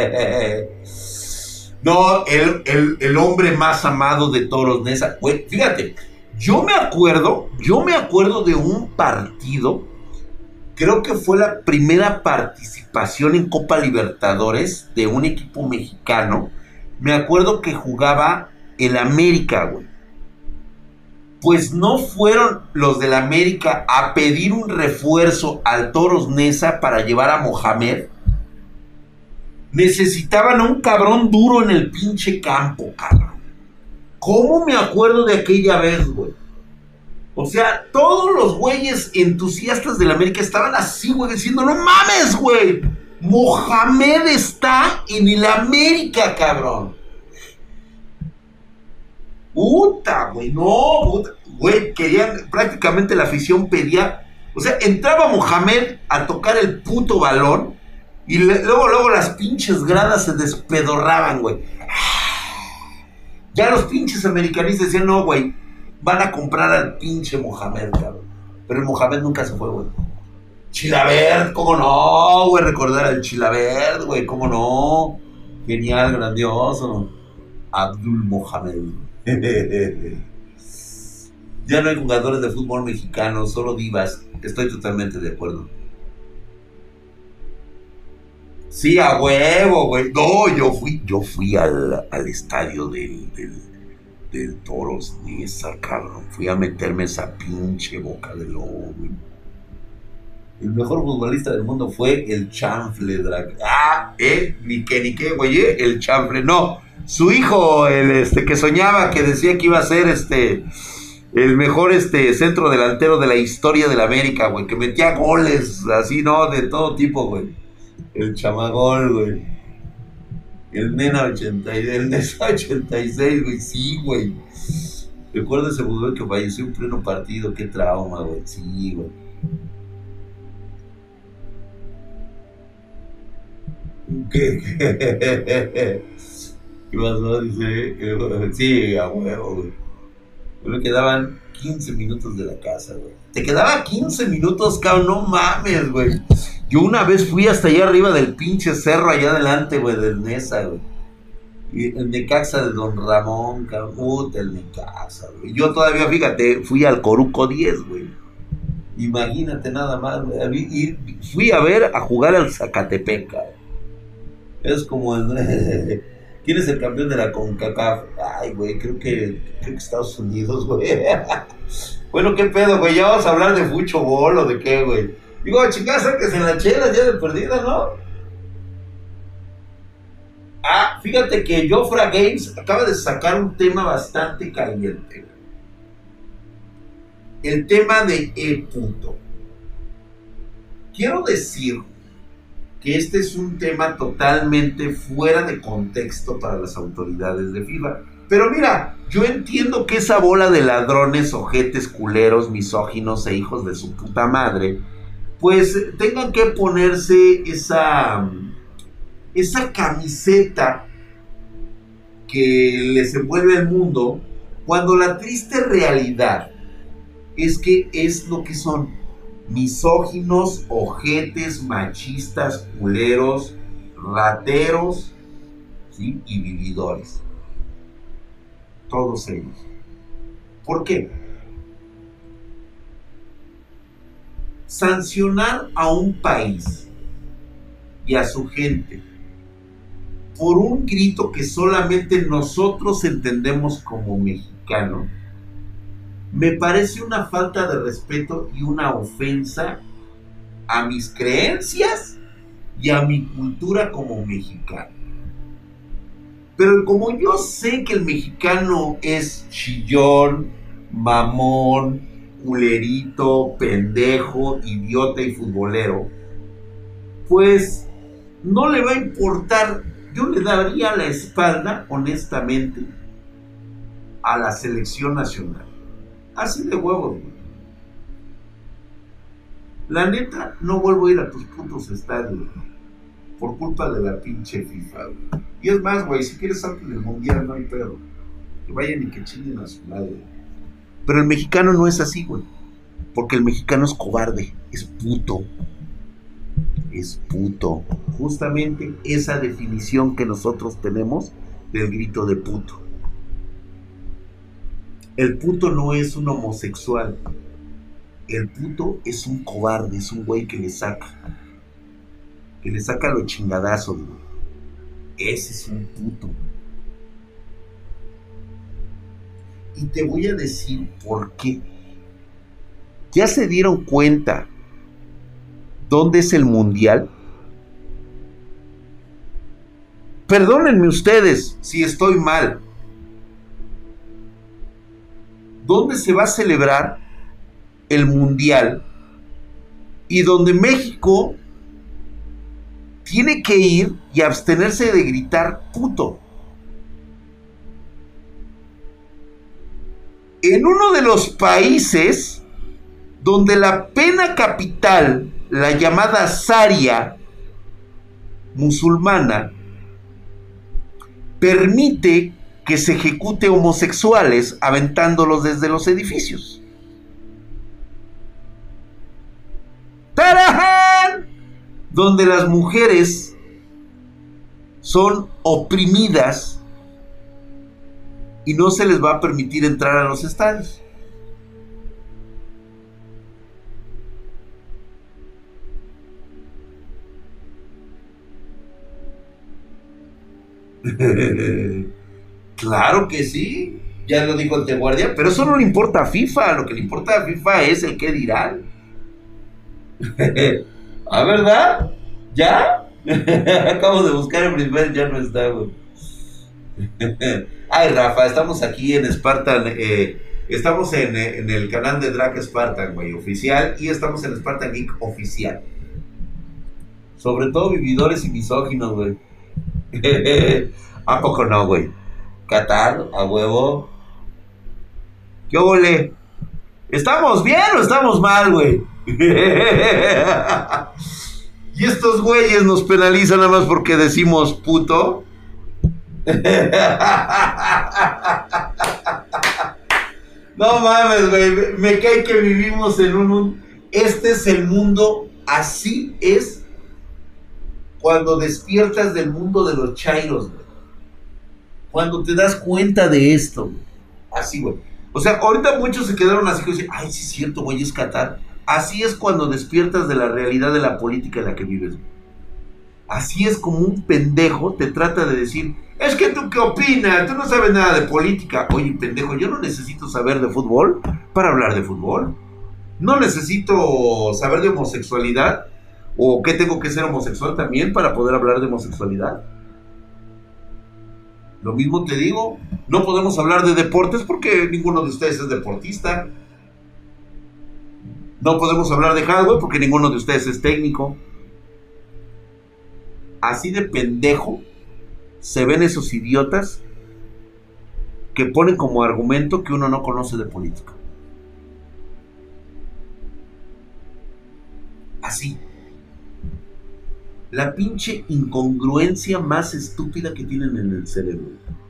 No, el, el, el hombre más amado de Toros Neza. Güey, fíjate, yo me acuerdo, yo me acuerdo de un partido, creo que fue la primera participación en Copa Libertadores de un equipo mexicano. Me acuerdo que jugaba el América, güey. Pues no fueron los del América a pedir un refuerzo al Toros Neza para llevar a Mohamed. Necesitaban a un cabrón duro en el pinche campo, cabrón. ¿Cómo me acuerdo de aquella vez, güey? O sea, todos los güeyes entusiastas del América estaban así, güey, diciendo, no mames, güey. Mohamed está en el América, cabrón. Puta, güey, no, puta, güey, querían, prácticamente la afición pedía, o sea, entraba Mohamed a tocar el puto balón y le, luego, luego las pinches gradas se despedorraban, güey. Ya los pinches americanistas decían, no, güey, van a comprar al pinche Mohamed, cabrón. Pero el Mohamed nunca se fue, güey. Chilabert, cómo no, güey, recordar al Chilabert, güey, cómo no. Genial, grandioso. Abdul Mohamed. Ya no hay jugadores de fútbol mexicanos, solo divas. Estoy totalmente de acuerdo. Sí, a huevo, güey. No, yo fui, yo fui al, al estadio del, del, del Toros Neza, cabrón. Fui a meterme esa pinche boca de lobo, güey. El mejor futbolista del mundo fue el Chanfle Drag. Ah, eh, ni qué, ni qué, güey, eh, el Chanfle. No, su hijo, el este, que soñaba, que decía que iba a ser este el mejor este centro delantero de la historia de la América, güey, que metía goles, así, ¿no? De todo tipo, güey. El Chamagol, güey. El Nena ochenta y seis, el Nesa ochenta y seis, güey, sí, güey. Recuerdo ese fútbol que falleció en pleno partido, qué trauma, güey, sí, güey. ¿Qué? ¿Qué? ¿Qué pasó? Dice, sí, a huevo, güey. Me quedaban quince minutos de la casa, güey. Te quedaba quince minutos, cabrón, no mames, güey. Yo una vez fui hasta allá arriba del pinche cerro, allá adelante, güey, del Nesa, güey. Y el Necaxa de Don Ramón, cabrón. Puta, el Necaxa, güey. Yo todavía, fíjate, fui al Coruco diez, güey. Imagínate nada más, güey. Y fui a ver, a jugar al Zacatepec, cabrón. Es como el... ¿Quién es el campeón de la CONCACAF? Ay, güey, creo que, creo que Estados Unidos, güey. Bueno, ¿qué pedo, güey? ¿Ya vamos a hablar de fucho bol o de qué, güey? Digo, chicas, sáquense en la chela ya de perdida, ¿no? Ah, fíjate que Jofra Games acaba de sacar un tema bastante caliente. El tema de E. Punto. Quiero decir que este es un tema totalmente fuera de contexto para las autoridades de FIFA. Pero mira, yo entiendo que esa bola de ladrones, ojetes, culeros, misóginos e hijos de su puta madre, pues tengan que ponerse esa, esa camiseta que les envuelve el mundo, cuando la triste realidad es que es lo que son. Misóginos, ojetes, machistas, culeros, rateros, ¿sí? Y vividores. Todos ellos. ¿Por qué? Sancionar a un país y a su gente por un grito que solamente nosotros entendemos como mexicano, me parece una falta de respeto y una ofensa a mis creencias y a mi cultura como mexicano. Pero como yo sé que el mexicano es chillón, mamón, culerito, pendejo, idiota y futbolero, pues no le va a importar. Yo le daría la espalda, honestamente, a la selección nacional. Así de huevos, güey. La neta, no vuelvo a ir a tus putos estadios, güey. por culpa de la pinche FIFA, güey. Y es más, güey, si quieres salir del mundial, no hay pedo. Que vayan y que chinguen a su madre. Pero el mexicano no es así, güey. Porque el mexicano es cobarde, es puto. Es puto. Justamente esa definición que nosotros tenemos del grito de puto. El puto no es un homosexual. El puto es un cobarde, es un güey que le saca. Que le saca los chingadazos, güey. Ese es un puto. Y te voy a decir por qué. ¿Ya se dieron cuenta dónde es el mundial? Perdónenme ustedes si estoy mal. ¿Dónde se va a celebrar el mundial? Y donde México tiene que ir y abstenerse de gritar puto. En uno de los países donde la pena capital, la llamada Sharia musulmana, permite que se ejecute homosexuales aventándolos desde los edificios. ¡Taraján! Donde las mujeres son oprimidas y no se les va a permitir entrar a los estadios. Claro que sí, ya lo dijo el Teguardia, pero eso no le importa a FIFA, lo que le importa a FIFA es el qué dirán. ¿Ah, verdad? ¿Ya? Acabo de buscar el primer, ya no está, güey. Ay, Rafa, estamos aquí en Spartan, eh, estamos en, en el canal de Drag Spartan, güey, oficial, y estamos en Spartan Geek oficial. Sobre todo vividores y misóginos, güey. ¿A poco no, güey? Qatar, a huevo. ¿Qué ole? ¿Estamos bien o estamos mal, güey? Y estos güeyes nos penalizan nada más porque decimos puto. No mames, güey. Me cae que vivimos en un... Este es el mundo, así es cuando despiertas del mundo de los chairos, güey. Cuando te das cuenta de esto, güey. Así, güey. O sea, ahorita muchos se quedaron así que dicen, ay, sí es cierto, güey, es Qatar. Así es cuando despiertas de la realidad de la política en la que vives, güey. Así es como un pendejo te trata de decir, es que tú qué opinas, tú no sabes nada de política. Oye, pendejo, yo no necesito saber de fútbol para hablar de fútbol. No necesito saber de homosexualidad o que tengo que ser homosexual también para poder hablar de homosexualidad. Lo mismo te digo, no podemos hablar de deportes porque ninguno de ustedes es deportista. No podemos hablar de hardware porque ninguno de ustedes es técnico. Así de pendejo se ven esos idiotas que ponen como argumento que uno no conoce de política. Así. La pinche incongruencia más estúpida que tienen en el cerebro.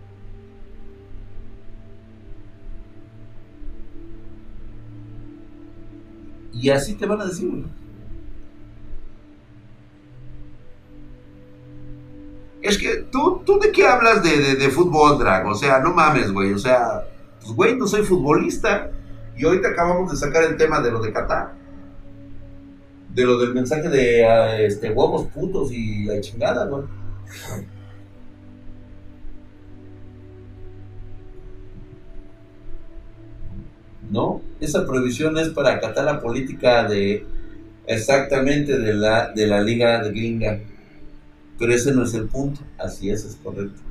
Y así te van a decir, güey. Es que tú, tú de qué hablas de, de, de fútbol, Drag, o sea, no mames, güey, o sea, pues güey, no soy futbolista. Y ahorita acabamos de sacar el tema de lo de Qatar. De lo del mensaje de uh, este, huevos putos y la chingada, güey. No, esa prohibición es para acatar la política de exactamente de la, de la liga de gringa. Pero ese no es el punto, así es, es correcto.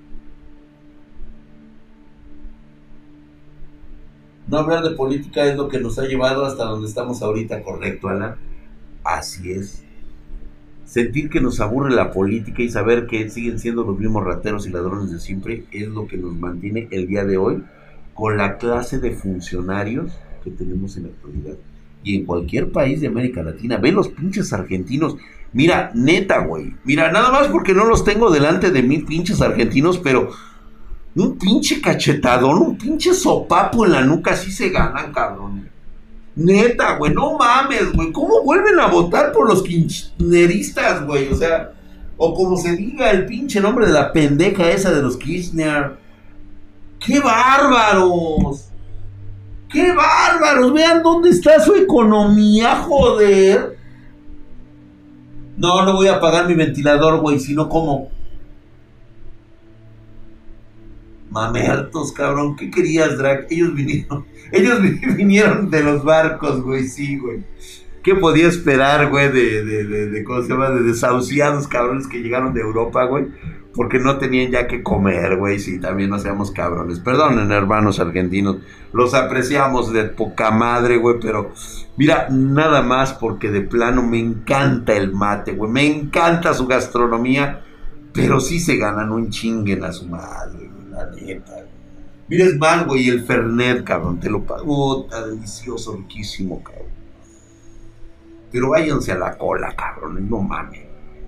No hablar de política es lo que nos ha llevado hasta donde estamos ahorita, correcto, Alan. Así es. Sentir que nos aburre la política y saber que siguen siendo los mismos rateros y ladrones de siempre es lo que nos mantiene el día de hoy con la clase de funcionarios que tenemos en la actualidad. y en cualquier país de América Latina. Ve los pinches argentinos. Mira, neta, güey. Mira, nada más porque no los tengo delante de mí, pinches argentinos, pero un pinche cachetadón, un pinche sopapo en la nuca, así se ganan, cabrón. Neta, güey, no mames, güey. ¿Cómo vuelven a votar por los kirchneristas, güey? O sea, o como se diga el pinche nombre de la pendeja esa de los Kirchner. ¡Qué bárbaros! ¡Qué bárbaros! Vean dónde está su economía, joder. No, no voy a apagar mi ventilador, güey, sino ¿cómo? Mamertos, cabrón. ¿Qué querías, Drac? Ellos vinieron. Ellos vinieron de los barcos, güey, sí, güey. ¿Qué podía esperar, güey, de, de, de, de, ¿cómo se llama? De desahuciados cabrones que llegaron de Europa, güey? Porque no tenían ya que comer, güey, sí, también no seamos cabrones. Perdonen, hermanos argentinos, los apreciamos de poca madre, güey, pero mira, nada más porque de plano me encanta el mate, güey, me encanta su gastronomía, pero sí se ganan un chinguen a su madre, güey, la neta, güey. Mira, es más, güey, el Fernet, cabrón, te lo pago, está delicioso, riquísimo, cabrón. Pero váyanse a la cola, cabrón, no mames.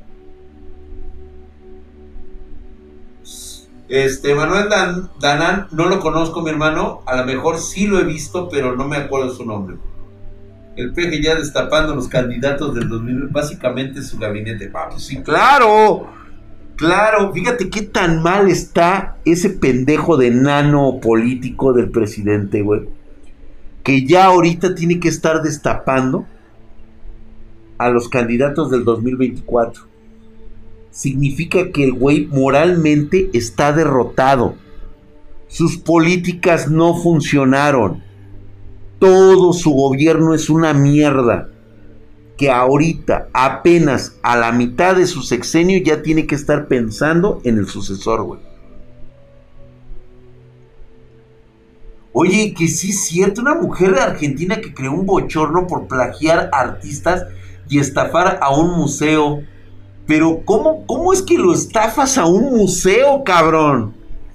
Este, Manuel Dan, Danán, no lo conozco, mi hermano. A lo mejor sí lo he visto, pero no me acuerdo su nombre. El P G ya destapando los candidatos del dos mil, básicamente su gabinete. Ah, pues sí, claro, claro. Fíjate qué tan mal está ese pendejo de nano político del presidente, güey. Que ya ahorita tiene que estar destapando a los candidatos del dos mil veinticuatro. Significa que el güey moralmente está derrotado. Sus políticas no funcionaron. Todo su gobierno es una mierda. Que ahorita, apenas a la mitad de su sexenio, ya tiene que estar pensando en el sucesor, güey. Oye, que sí es cierto, una mujer argentina que creó un bochorno por plagiar artistas y estafar a un museo. Pero ¿cómo, cómo es que lo estafas a un museo, cabrón?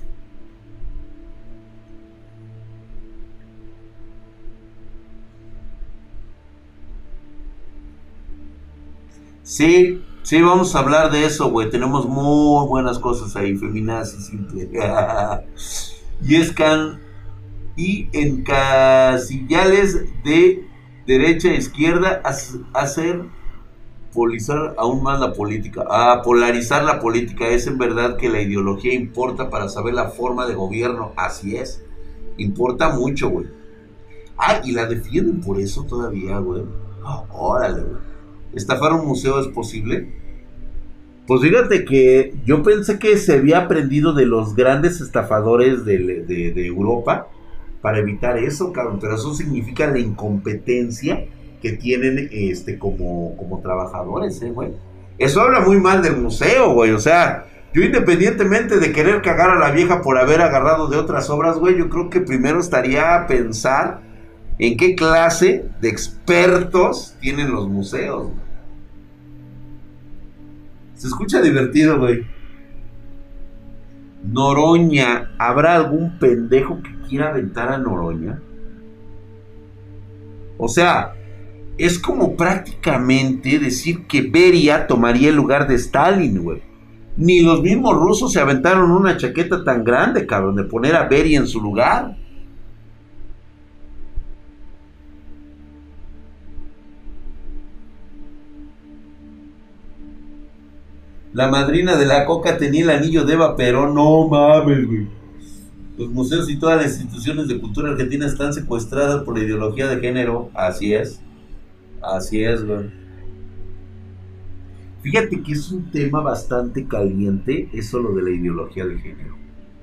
Sí, sí, vamos a hablar de eso, güey. Tenemos muy buenas cosas ahí, feminazis, simple. Y es can... Y en casillales de derecha a izquierda, hacer... polarizar aún más la política. Ah, polarizar la política. Es en verdad que la ideología importa para saber la forma de gobierno. Así es. Importa mucho, güey. Ah, y la defienden por eso todavía, güey. Oh, órale, güey. ¿Estafar un museo es posible? Pues fíjate que yo pensé que se había aprendido de los grandes estafadores de, de, de Europa para evitar eso, cabrón. Pero eso significa la incompetencia que tienen este como, como trabajadores, ¿eh, güey? Eso habla muy mal del museo, güey. O sea, yo independientemente de querer cagar a la vieja por haber agarrado de otras obras, güey, yo creo que primero estaría a pensar en qué clase de expertos tienen los museos, güey. Se escucha divertido, güey. Noroña, ¿habrá algún pendejo que quiera aventar a Noroña? O sea, es como prácticamente decir que Beria tomaría el lugar de Stalin, güey. Ni los mismos rusos se aventaron una chaqueta tan grande, cabrón, de poner a Beria en su lugar. La madrina de la coca tenía el anillo de Eva Perón. No mames, güey. Los museos y todas las instituciones de cultura argentina están secuestradas por la ideología de género. Así es. Así es, güey. Fíjate que es un tema bastante caliente, eso lo de la ideología de género.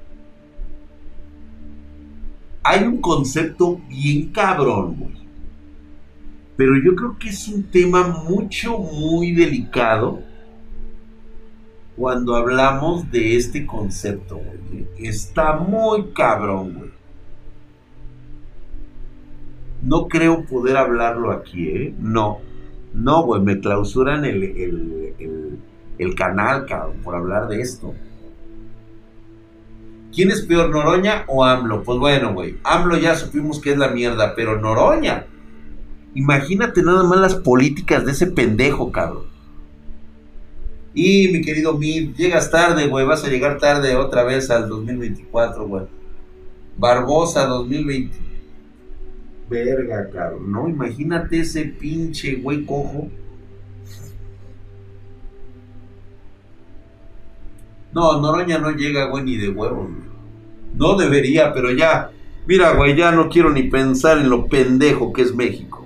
Hay un concepto bien cabrón, güey. Pero yo creo que es un tema mucho, muy delicado cuando hablamos de este concepto, güey. Está muy cabrón, güey. No creo poder hablarlo aquí, ¿eh? No. No, güey, me clausuran el, el, el, el canal, cabrón, por hablar de esto. ¿Quién es peor, Noroña o AMLO? Pues bueno, güey, AMLO ya supimos que es la mierda, pero Noroña, Imagínate nada más las políticas de ese pendejo, cabrón. Y mi querido Mid, llegas tarde, güey. Vas a llegar tarde otra vez al dos mil veinticuatro, güey. Barbosa dos mil veinte. Verga, cabrón. No, imagínate ese pinche güey cojo. No, Noroña no llega, güey, ni de huevos, güey. No debería, pero ya. Mira, güey, ya no quiero ni pensar en lo pendejo que es México.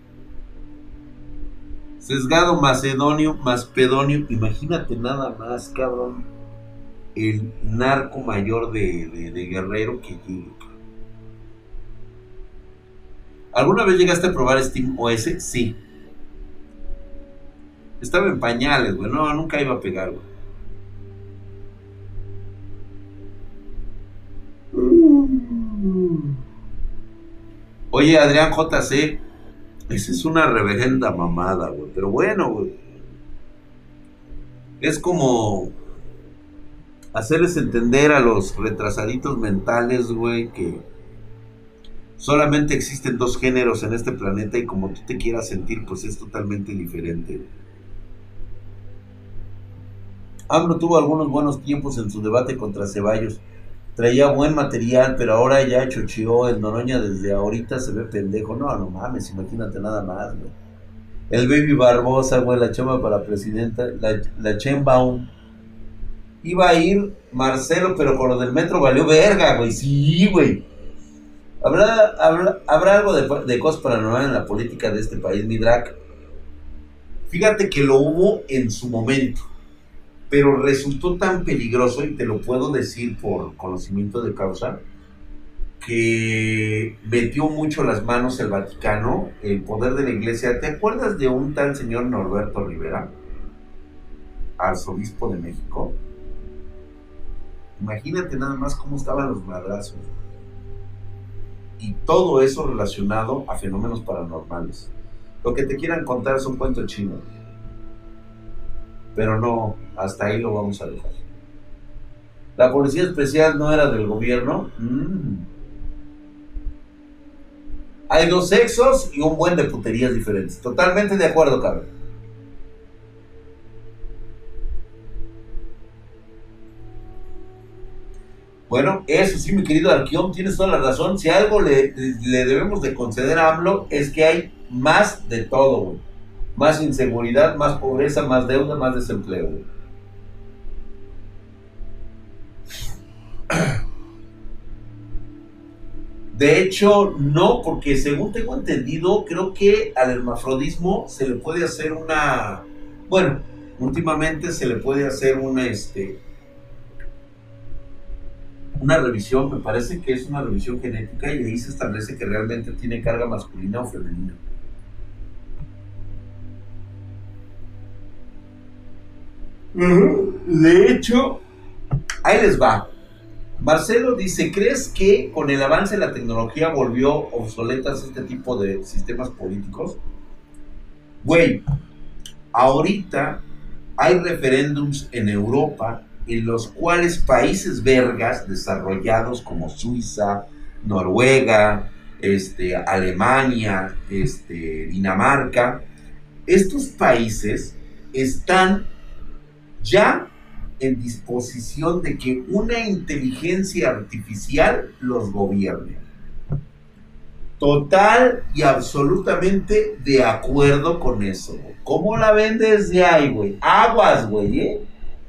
Sesgado macedonio, maspedonio. Imagínate nada más, cabrón. El narco mayor de, de, de Guerrero que llegue. ¿Alguna vez llegaste a probar Steam O S? Sí. Estaba en pañales, güey. No, nunca iba a pegar, güey. Oye, Adrián J C, esa es una reverenda mamada, güey. Pero bueno, güey. Es como hacerles entender a los retrasaditos mentales, güey, que solamente existen dos géneros en este planeta y como tú te quieras sentir, pues es totalmente diferente. AMLO tuvo algunos buenos tiempos en su debate contra Ceballos. Traía buen material, pero ahora ya chocheó. El Noroña desde ahorita se ve pendejo. No, no mames, imagínate nada más, güey. El Baby Barbosa, güey, la chamba para presidenta. La, la Chenbaum. Iba a ir Marcelo, pero con lo del metro valió verga, güey. Sí, güey. ¿Habrá, habrá, habrá algo de, de cosas paranormales en la política de este país, mi Drac? Fíjate que lo hubo en su momento, pero resultó tan peligroso, y te lo puedo decir por conocimiento de causa, que metió mucho las manos el Vaticano, el poder de la iglesia. ¿Te acuerdas de un tal señor Norberto Rivera, arzobispo de México? Imagínate nada más cómo estaban los madrazos. Y todo eso relacionado a fenómenos paranormales. Lo que te quieran contar es un cuento chino. Pero no, hasta ahí lo vamos a dejar. La policía especial no era del gobierno. Mm. Hay dos sexos y un buen de puterías diferentes. Totalmente de acuerdo, cabrón. Bueno, eso sí, mi querido Arquión, tienes toda la razón. Si algo le, le debemos de conceder a AMLO es que hay más de todo, güey. Más inseguridad, más pobreza, más deuda, más desempleo, güey. De hecho, no, porque según tengo entendido, creo que al hermafrodismo se le puede hacer una... Bueno, últimamente se le puede hacer una, este... una revisión, me parece que es una revisión genética, y ahí se establece que realmente tiene carga masculina o femenina. De hecho, ahí les va. Marcelo dice, ¿crees que con el avance de la tecnología volvió obsoletas este tipo de sistemas políticos? Güey, ahorita hay referéndums en Europa en los cuales países vergas desarrollados como Suiza, Noruega, este, Alemania, este, Dinamarca, estos países están ya en disposición de que una inteligencia artificial los gobierne. Total y absolutamente de acuerdo con eso. ¿Cómo la ven desde ahí, güey? Aguas, güey, ¿eh?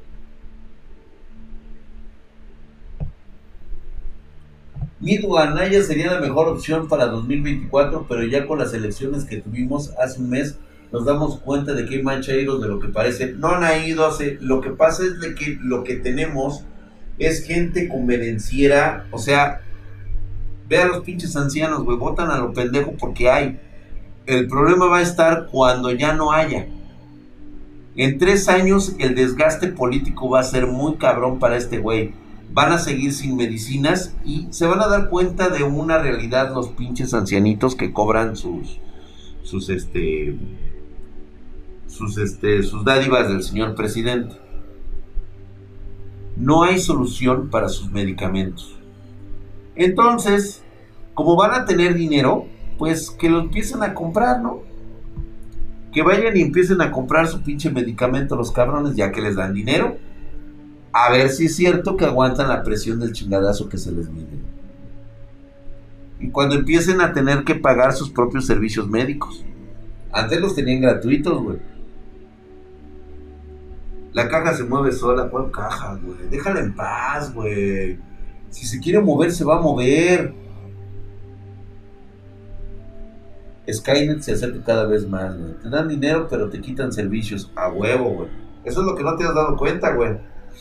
Midu Anaya sería la mejor opción para dos mil veinticuatro, pero ya con las elecciones que tuvimos hace un mes nos damos cuenta de que hay más chairos de lo que parece. No han ido a hacer, lo que pasa es de que lo que tenemos es gente convenenciera, o sea, ve a los pinches ancianos, güey, votan a lo pendejo porque hay. El problema va a estar cuando ya no haya. En tres años el desgaste político va a ser muy cabrón para este güey. Van a seguir sin medicinas y se van a dar cuenta de una realidad los pinches ancianitos que cobran sus, sus, este... sus, este, sus dádivas del señor presidente. No hay solución para sus medicamentos. Entonces, como van a tener dinero, pues que lo empiecen a comprar, ¿no? Que vayan y empiecen a comprar su pinche medicamento los cabrones, ya que les dan dinero. A ver si es cierto que aguantan la presión del chingadazo que se les viene. Y cuando empiecen a tener que pagar sus propios servicios médicos. Antes los tenían gratuitos, güey. La caja se mueve sola. ¿Cuál caja, güey? Déjala en paz, güey. Si se quiere mover, se va a mover. Skynet se acerca cada vez más, güey. Te dan dinero, pero te quitan servicios. A huevo, güey. Eso es lo que no te has dado cuenta, güey.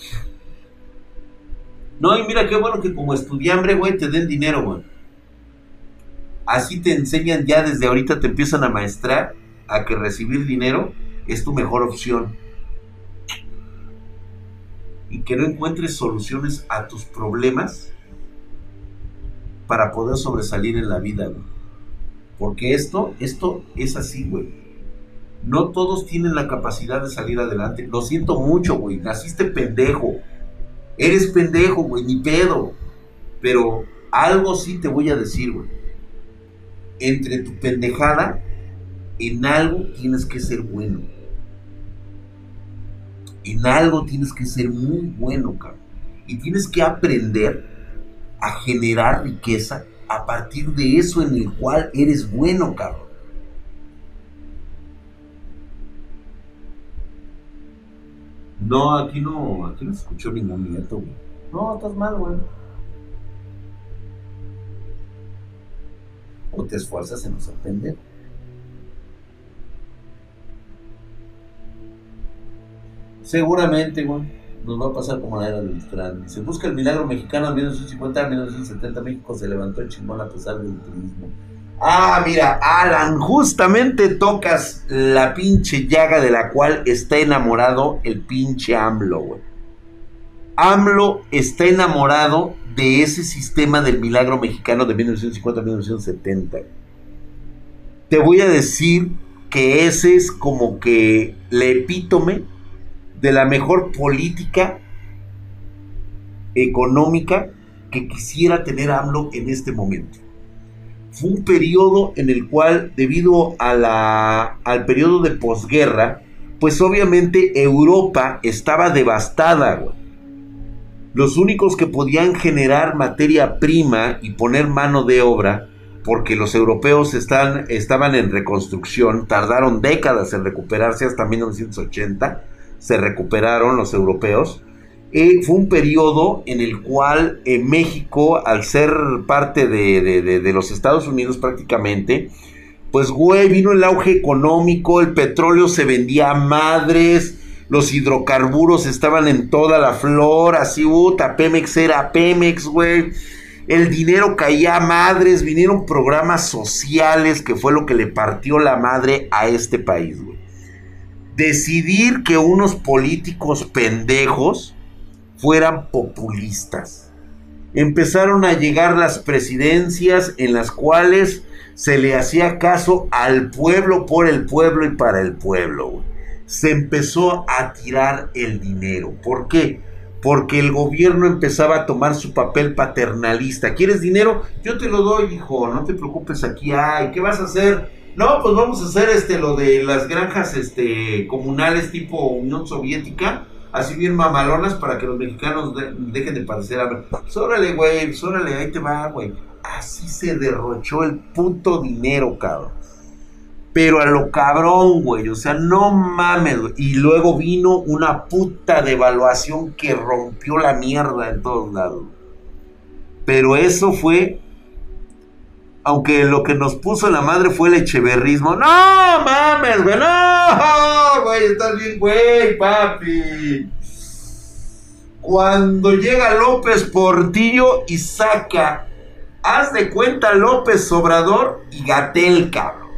No, y mira qué bueno que como estudiambre, güey, te den dinero, güey. Así te enseñan ya desde ahorita, te empiezan a maestrar a que recibir dinero es tu mejor opción. Y que no encuentres soluciones a tus problemas para poder sobresalir en la vida, güey. Porque esto, esto es así, güey. No todos tienen la capacidad de salir adelante. Lo siento mucho, güey. Naciste pendejo. Eres pendejo, güey, ni pedo. Pero algo sí te voy a decir, güey. Entre tu pendejada, en algo tienes que ser bueno. En algo tienes que ser muy bueno, cabrón. Y tienes que aprender a generar riqueza a partir de eso en el cual eres bueno, cabrón. No, aquí no, aquí no se escuchó ningún nieto, güey. No, estás mal, güey. O te esfuerzas en no sorprender. Seguramente, güey, nos va a pasar como la era del Trump. Se busca el milagro mexicano en mil novecientos cincuenta, en mil novecientos setenta, México se levantó el chingón a pesar del turismo. Ah, mira, Alan, justamente tocas la pinche llaga de la cual está enamorado el pinche AMLO, güey. AMLO está enamorado de ese sistema del milagro mexicano de mil novecientos cincuenta a mil novecientos setenta. Te voy a decir que ese es como que el epítome de la mejor política económica que quisiera tener AMLO en este momento. Fue un periodo en el cual, debido a la, al periodo de posguerra, pues obviamente Europa estaba devastada, güey. Los únicos que podían generar materia prima y poner mano de obra, porque los europeos están, estaban en reconstrucción, tardaron décadas en recuperarse, hasta mil novecientos ochenta se recuperaron los europeos. Eh, fue un periodo en el cual eh, México, al ser parte de, de, de, de los Estados Unidos prácticamente, pues güey, vino el auge económico, el petróleo se vendía a madres, los hidrocarburos estaban en toda la flor, así, puta, Pemex era Pemex, güey, el dinero caía a madres, vinieron programas sociales, que fue lo que le partió la madre a este país, güey. Decidir que unos políticos pendejos fueran populistas. Empezaron a llegar las presidencias en las cuales se le hacía caso al pueblo, por el pueblo y para el pueblo, güey. Se empezó a tirar el dinero. ¿Por qué? Porque el gobierno empezaba a tomar su papel paternalista. ¿Quieres dinero? Yo te lo doy, hijo, no te preocupes aquí. Ay, ¿qué vas a hacer? No, pues vamos a hacer este lo de las granjas este comunales tipo Unión Soviética, así bien mamalonas, para que los mexicanos de, dejen de padecer hambre. Pues órale, güey, pues órale, ahí te va, güey. Así se derrochó el puto dinero, cabrón. Pero a lo cabrón, güey, o sea, no mames, güey. Y luego vino una puta devaluación que rompió la mierda en todos lados. Pero eso fue... Aunque lo que nos puso en la madre fue el echeverrismo. ¡No mames, güey! ¡No! Güey, estás bien, güey, papi. Cuando llega López Portillo y saca, haz de cuenta, López Obrador y Gatell, cabrón.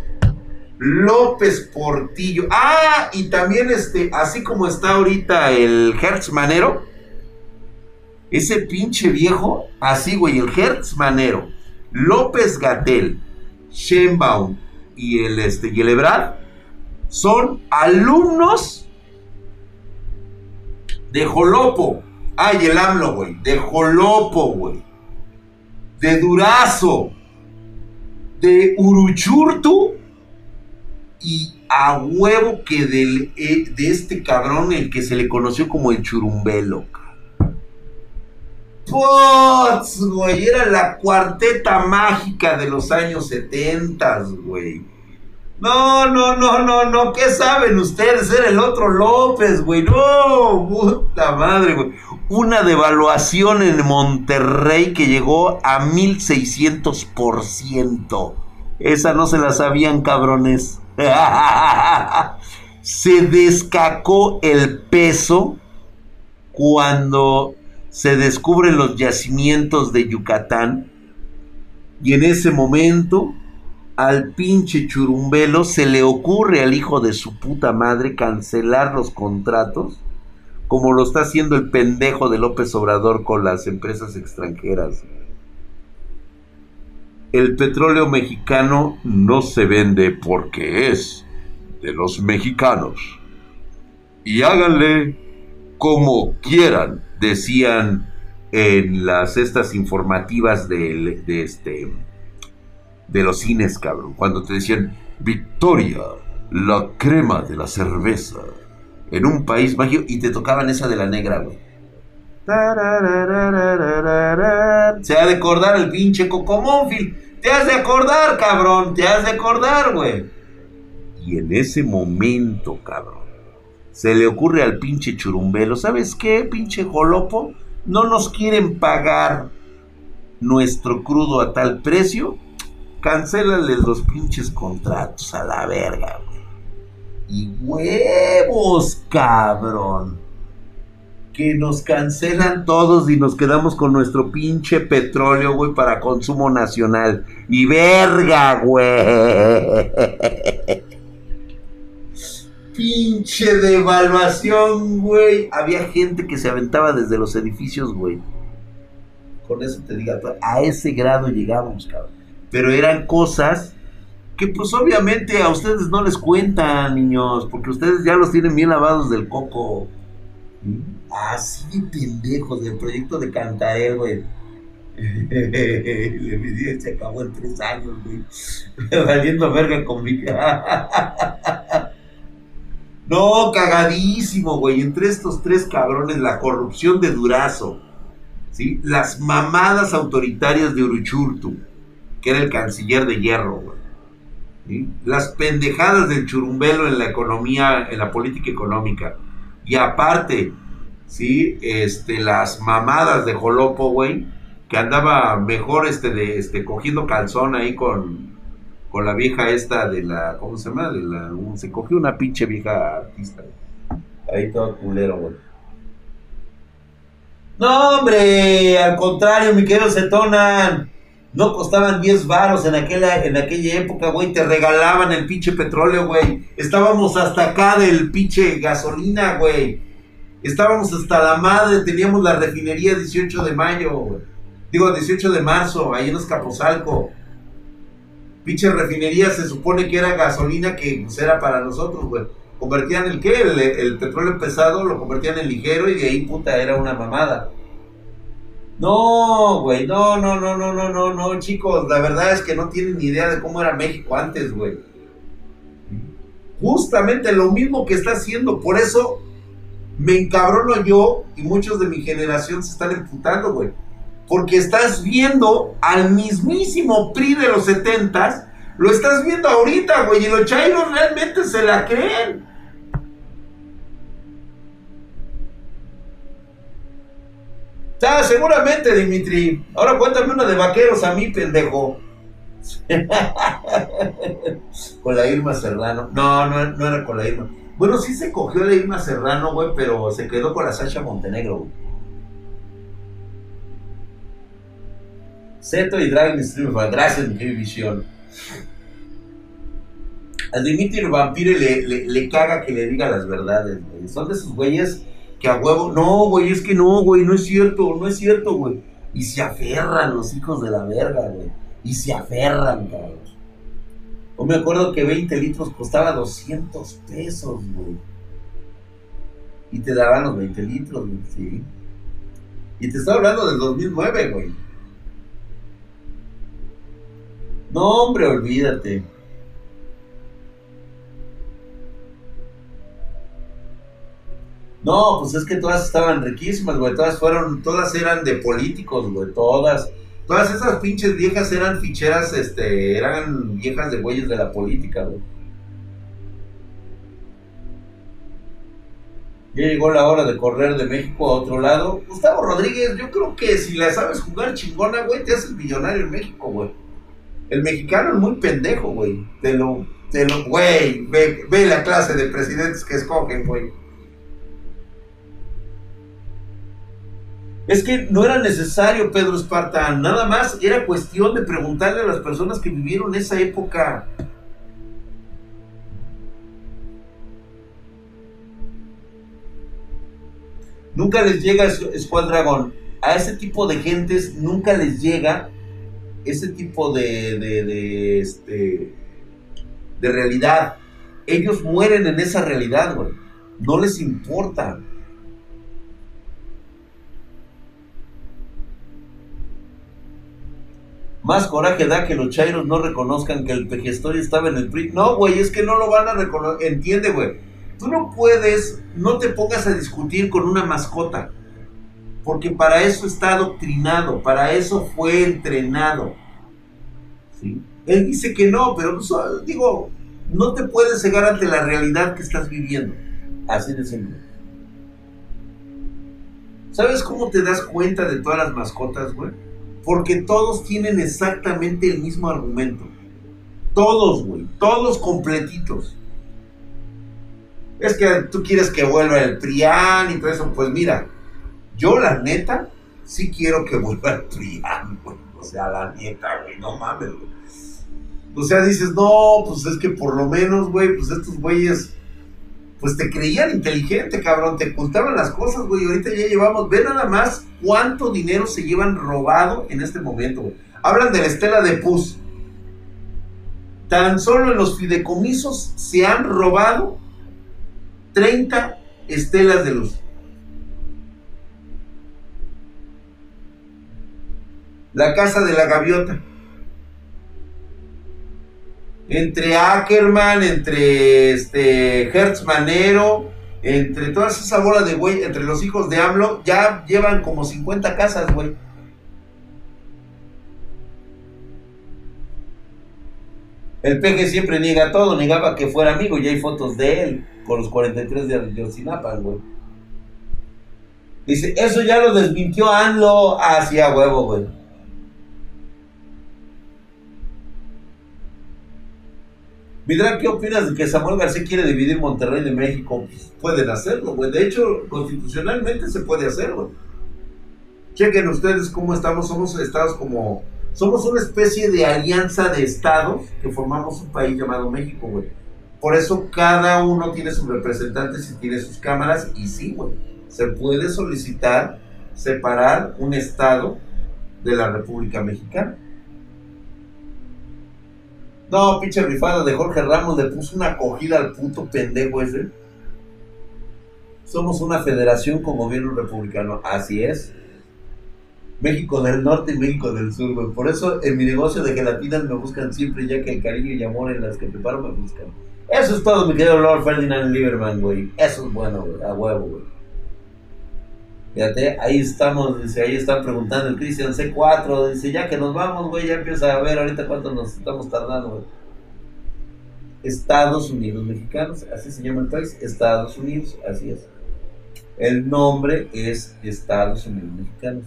López Portillo. Ah, y también este, así como está ahorita el Hertz Manero. Ese pinche viejo, así, güey, el Hertz Manero. López Gatell, Sheinbaum y el, este, y el Ebrard son alumnos de Jolopo. Ay, el AMLO, güey. De Jolopo, güey. De Durazo. de Uruchurtu y a huevo que del, eh, de este cabrón, el que se le conoció como el Churumbelo. Pots, güey, era la cuarteta mágica de los años setenta, güey. No, no, no, no, no, ¿qué saben ustedes? Era el otro López, güey. No, puta madre, güey. Una devaluación en Monterrey que llegó a mil seiscientos por ciento. Esa no se la sabían, cabrones. Se descacó el peso cuando se descubren los yacimientos de Yucatán. Y en ese momento, al pinche Churumbelo se le ocurre al hijo de su puta madre cancelar los contratos, como lo está haciendo el pendejo de López Obrador con las empresas extranjeras. El petróleo mexicano no se vende porque es de los mexicanos. Y háganle como quieran, decían en las estas informativas de, de este de los cines, cabrón, cuando te decían Victoria, la crema de la cerveza en un país mágico, y te tocaban esa de la negra, güey. Se ha de acordar el pinche Cocomónfil. Te has de acordar, cabrón. Te has de acordar, güey. Y en ese momento, cabrón, se le ocurre al pinche Churumbelo, ¿sabes qué, pinche jolopo? No nos quieren pagar nuestro crudo a tal precio. Cancélales los pinches contratos a la verga, güey. Y huevos, cabrón, que nos cancelan todos y nos quedamos con nuestro pinche petróleo, güey, para consumo nacional. Y verga, güey. Pinche devaluación, güey. Había gente que se aventaba desde los edificios, güey. Con eso te digo, a ese grado llegamos, cabrón. Pero eran cosas que pues obviamente a ustedes no les cuentan, niños, porque ustedes ya los tienen bien lavados del coco. Así de pendejos del proyecto de Cantarel, güey. Le pedí, se acabó en tres años, güey. Valiendo verga con mi... No, cagadísimo, güey. Entre estos tres cabrones, la corrupción de Durazo, ¿sí? Las mamadas autoritarias de Uruchurtu, que era el canciller de hierro, güey, ¿sí? Las pendejadas del Churumbelo en la economía, en la política económica. Y aparte, ¿sí? Este, las mamadas de Jolopo, güey, que andaba mejor este de este cogiendo calzón ahí con, con la vieja esta de la, ¿cómo se llama? De la, se cogió una pinche vieja artista, güey. Ahí todo culero, güey. No, hombre, al contrario, mi querido Cetonan. No costaban diez varos en aquella, en aquella época, güey. Te regalaban el pinche petróleo, güey. Estábamos hasta acá del pinche gasolina, güey. Estábamos hasta la madre. Teníamos la refinería dieciocho de mayo, güey. Digo, dieciocho de marzo, ahí en Azcapotzalco. Pinche refinería se supone que era gasolina que pues, era para nosotros, güey. Convertían el qué, el, el petróleo pesado, lo convertían en ligero y de ahí, puta, era una mamada. No, güey, no, no, no, no, no, no, no, chicos, la verdad es que no tienen ni idea de cómo era México antes, güey. Justamente lo mismo que está haciendo, por eso me encabrono yo y muchos de mi generación se están emputando, güey. Porque estás viendo al mismísimo P R I de los setentas, lo estás viendo ahorita, güey, y los chairos realmente se la creen. Ah, seguramente, Dimitri. Ahora cuéntame una de vaqueros a mí, pendejo. Con la Irma Serrano. No, no, no era con la Irma. Bueno, sí se cogió a la Irma Serrano, güey, pero se quedó con la Sasha Montenegro, güey. Zeto y Dragon Streamer, gracias, mi querida visión. A Dimitri Vampire le, le, le caga que le diga las verdades, güey. Son de esos güeyes que a huevo, no, güey, es que no, güey, no es cierto, no es cierto, güey. Y se aferran los hijos de la verga, güey. Y se aferran, cabrón. Yo me acuerdo que veinte litros costaba doscientos pesos, güey. Y te daban los veinte litros, güey, sí. Y te estoy hablando del dos mil nueve, güey. No, hombre, olvídate. No, pues es que todas estaban riquísimas, güey. Todas fueron, todas eran de políticos, güey. Todas. Todas esas pinches viejas eran ficheras, este, eran viejas de güeyes de la política, güey. Ya llegó la hora de correr de México a otro lado. Gustavo Rodríguez, yo creo que si la sabes jugar chingona, güey, te haces millonario en México, güey. El mexicano es muy pendejo, güey. Te lo, te lo, güey, ve, ve la clase de presidentes que escogen, güey. Es que no era necesario, Pedro Esparta, nada más era cuestión de preguntarle a las personas que vivieron esa época. Nunca les llega Squad Dragon. A ese tipo de gentes nunca les llega ese tipo de, de, de, este, de realidad. Ellos mueren en esa realidad, güey. No les importa. Más coraje da que los chairos no reconozcan que el Pejestoy estaba en el P R I. No, güey, es que no lo van a reconocer. Entiende, güey. Tú no puedes, no te pongas a discutir con una mascota. Porque para eso está adoctrinado, para eso fue entrenado. ¿Sí? Él dice que no, pero pues, digo, no te puedes cegar ante la realidad que estás viviendo. Así de simple. ¿Sabes cómo te das cuenta de todas las mascotas, güey? Porque todos tienen exactamente el mismo argumento. Todos, güey. Todos completitos. Es que tú quieres que vuelva el PRIAN y todo eso. Pues mira, yo la neta sí quiero que vuelva el PRIAN, güey. O sea, la neta, güey. No mames, güey. O sea, dices, no, pues es que por lo menos, güey, pues estos güeyes, pues te creían inteligente, cabrón. Te ocultaban las cosas, güey. Ahorita ya llevamos, ve nada más cuánto dinero se llevan robado en este momento, güey. Hablan de la estela de Puz. Tan solo en los fideicomisos se han robado treinta estelas de luz. La casa de la gaviota. Entre Ackerman, entre este Hertz Manero, entre toda esa bola de güey, entre los hijos de AMLO, ya llevan como cincuenta casas, güey. El P G siempre niega todo, negaba que fuera amigo, y hay fotos de él con los cuarenta y tres de Ayotzinapa, güey. Dice, eso ya lo desmintió AMLO hacia huevo, güey. Vidra, ¿qué opinas de que Samuel García quiere dividir Monterrey de México? Pues pueden hacerlo, güey. De hecho, constitucionalmente se puede hacer, güey. Chequen ustedes cómo estamos. Somos estados como... Somos una especie de alianza de estados que formamos un país llamado México, güey. Por eso cada uno tiene sus representantes y tiene sus cámaras. Y sí, güey. Se puede solicitar separar un estado de la República Mexicana. No, pinche rifada de Jorge Ramos, le puso una acogida al puto pendejo ese. Somos una federación con gobierno republicano, así es. México del Norte y México del Sur, güey. Por eso en mi negocio de gelatinas me buscan siempre, ya que el cariño y amor en las que preparo me buscan. Eso es todo, mi querido Lord Ferdinand Lieberman, güey. Eso es bueno, güey, a huevo, güey. Fíjate, ahí estamos, dice, ahí están preguntando el Cristian C cuatro, dice, ya que nos vamos, güey, ya empieza a ver ahorita cuánto nos estamos tardando, güey. Estados Unidos Mexicanos, así se llama el país, Estados Unidos, así es. El nombre es Estados Unidos Mexicanos.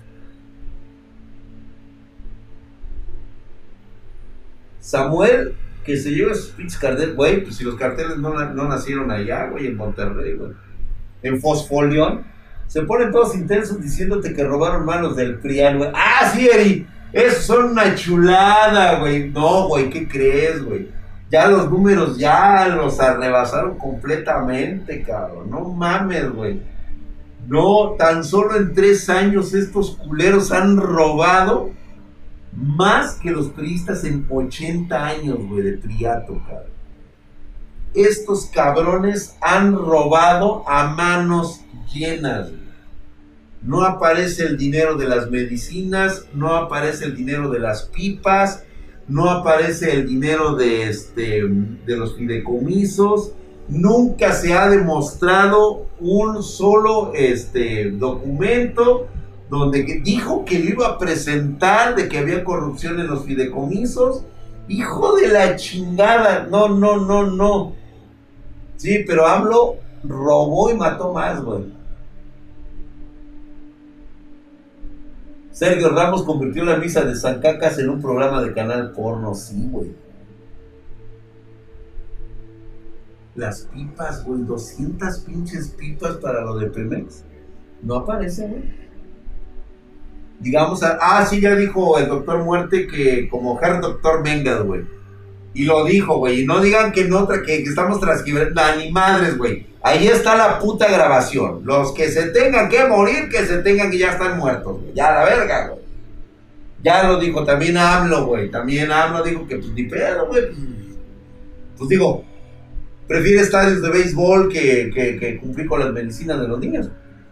Samuel, que se lleva sus pinches carteles, güey, pues si los carteles no, no nacieron allá, güey, en Monterrey, güey. En Fosfolión. Se ponen todos intensos diciéndote que robaron manos del PRIAN, güey. ¡Ah, sí, Eri! Esos son una chulada, güey. No, güey, ¿qué crees, güey? Ya los números ya los arrebasaron completamente, cabrón. No mames, güey. No, tan solo en tres años estos culeros han robado más que los priistas en ochenta años, güey, de priato, cabrón. Estos cabrones han robado a manos llenas, güey. No aparece el dinero de las medicinas, no aparece el dinero de las pipas, no aparece el dinero de, este, de los fideicomisos, nunca se ha demostrado un solo este, documento donde dijo que lo iba a presentar de que había corrupción en los fideicomisos. Hijo de la chingada, no, no, no, no. Sí, pero AMLO robó y mató más, güey. Sergio Ramos convirtió la misa de San Cacas en un programa de canal porno, sí, güey. Las pipas, güey, doscientas pinches pipas para lo de Pemex. No aparece, güey. Digamos, a, ah, sí, ya dijo el doctor Muerte que como Herr Doctor Mengas, güey. Y lo dijo, güey. Y no digan que no, que, que estamos transcribiendo. Ni madres, güey. Ahí está la puta grabación. Los que se tengan que morir, que se tengan que ya están muertos, güey. Ya la verga, güey. Ya lo dijo también AMLO, güey. También AMLO dijo que, pues, ni pedo, güey. Pues, pues digo, prefiere estadios de béisbol que, que, que cumplir con las medicinas de los niños.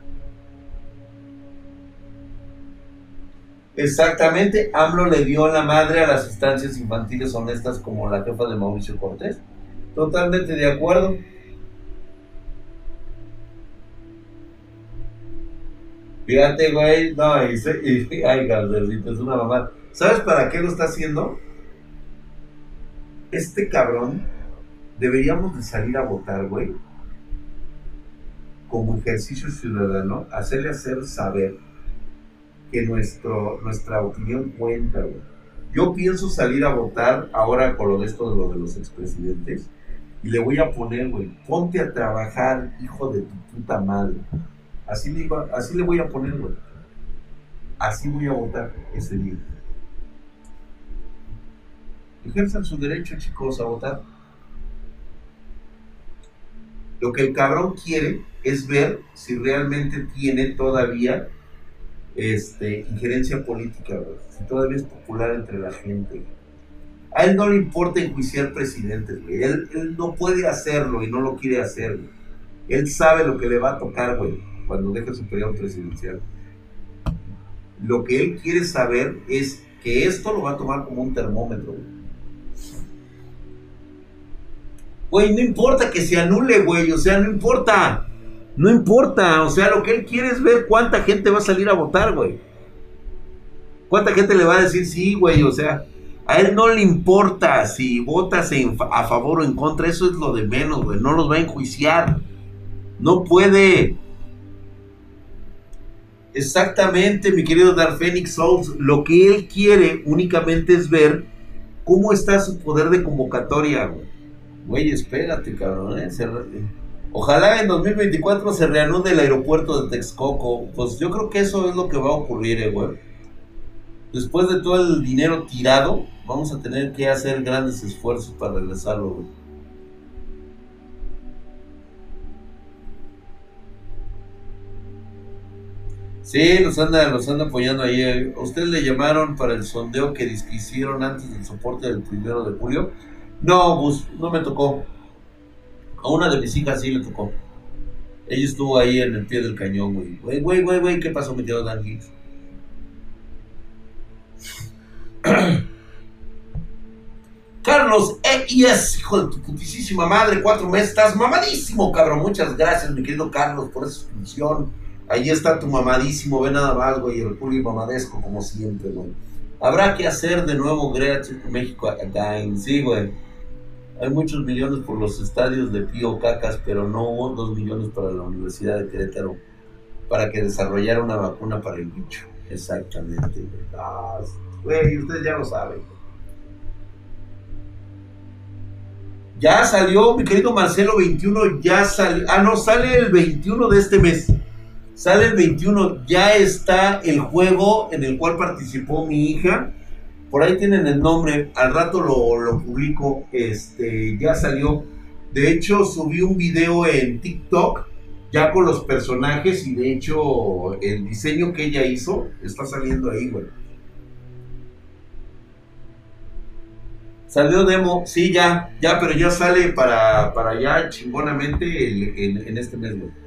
Exactamente, AMLO le dio la madre a las instancias infantiles honestas como la jefa de Mauricio Cortés. Totalmente de acuerdo. Fíjate, güey, no, y, se, y ay, Caldercito, es una mamá. ¿Sabes para qué lo está haciendo? Este cabrón, deberíamos de salir a votar, güey, como ejercicio ciudadano, hacerle hacer saber que nuestro, nuestra opinión cuenta, güey. Yo pienso salir a votar ahora con lo de esto de lo de los expresidentes y le voy a poner, güey, ponte a trabajar, hijo de tu puta madre. Así le, iba, así le voy a poner, güey. Así voy a votar ese día. Ejerzan su derecho, chicos, a votar. Lo que el cabrón quiere es ver si realmente tiene todavía Este, injerencia política, güey. Si todavía es popular entre la gente. A él no le importa enjuiciar presidentes, güey. Él, él no puede hacerlo y no lo quiere hacer, güey. Él sabe lo que le va a tocar, güey, cuando deje su periodo presidencial. Lo que él quiere saber es que esto lo va a tomar como un termómetro, güey. Güey, no importa que se anule, güey. O sea, no importa. No importa, o sea, lo que él quiere es ver cuánta gente va a salir a votar, güey. Cuánta gente le va a decir sí, güey, o sea, a él no le importa si votas en, a favor o en contra, eso es lo de menos, güey, no los va a enjuiciar. No puede. Exactamente, mi querido Dark Phoenix Souls, lo que él quiere únicamente es ver cómo está su poder de convocatoria, güey. Güey, espérate, cabrón, ¿eh? Se... Ojalá en dos mil veinticuatro se reanude el aeropuerto de Texcoco. Pues yo creo que eso es lo que va a ocurrir, eh, güey. Después de todo el dinero tirado, vamos a tener que hacer grandes esfuerzos para regresarlo, güey. Sí, los anda, los anda apoyando ahí. ¿A usted le llamaron para el sondeo que hicieron antes del soporte del primero de julio? No, pues no me tocó. A una de mis hijas sí le tocó. Ella estuvo ahí en el pie del cañón, güey. Güey, güey, güey, güey, ¿qué pasó? Me quedó Dan Hicks. Carlos E I S, hijo de tu putísima madre, cuatro meses, estás mamadísimo, cabrón. Muchas gracias, mi querido Carlos, por esa suscripción. Ahí está tu mamadísimo, ve nada más, güey, el Julio mamadesco, como siempre, güey. Habrá que hacer de nuevo Great México Again, sí, güey. Hay muchos millones por los estadios de Pío Cacas, pero no hubo dos millones para la Universidad de Querétaro para que desarrollara una vacuna para el bicho. Exactamente, güey. Ah, güey, ustedes ya lo saben. Ya salió, mi querido Marcelo veintiuno, ya salió. Ah, no, sale el veintiuno de este mes. Sale el veintiuno, ya está el juego en el cual participó mi hija. Por ahí tienen el nombre, al rato lo, lo publico, este, ya salió. De hecho, subí un video en TikTok, ya con los personajes, y de hecho, el diseño que ella hizo, está saliendo ahí, güey. Salió demo, sí, ya, ya, pero ya sale para, para allá chingonamente el, en, en este mes, güey.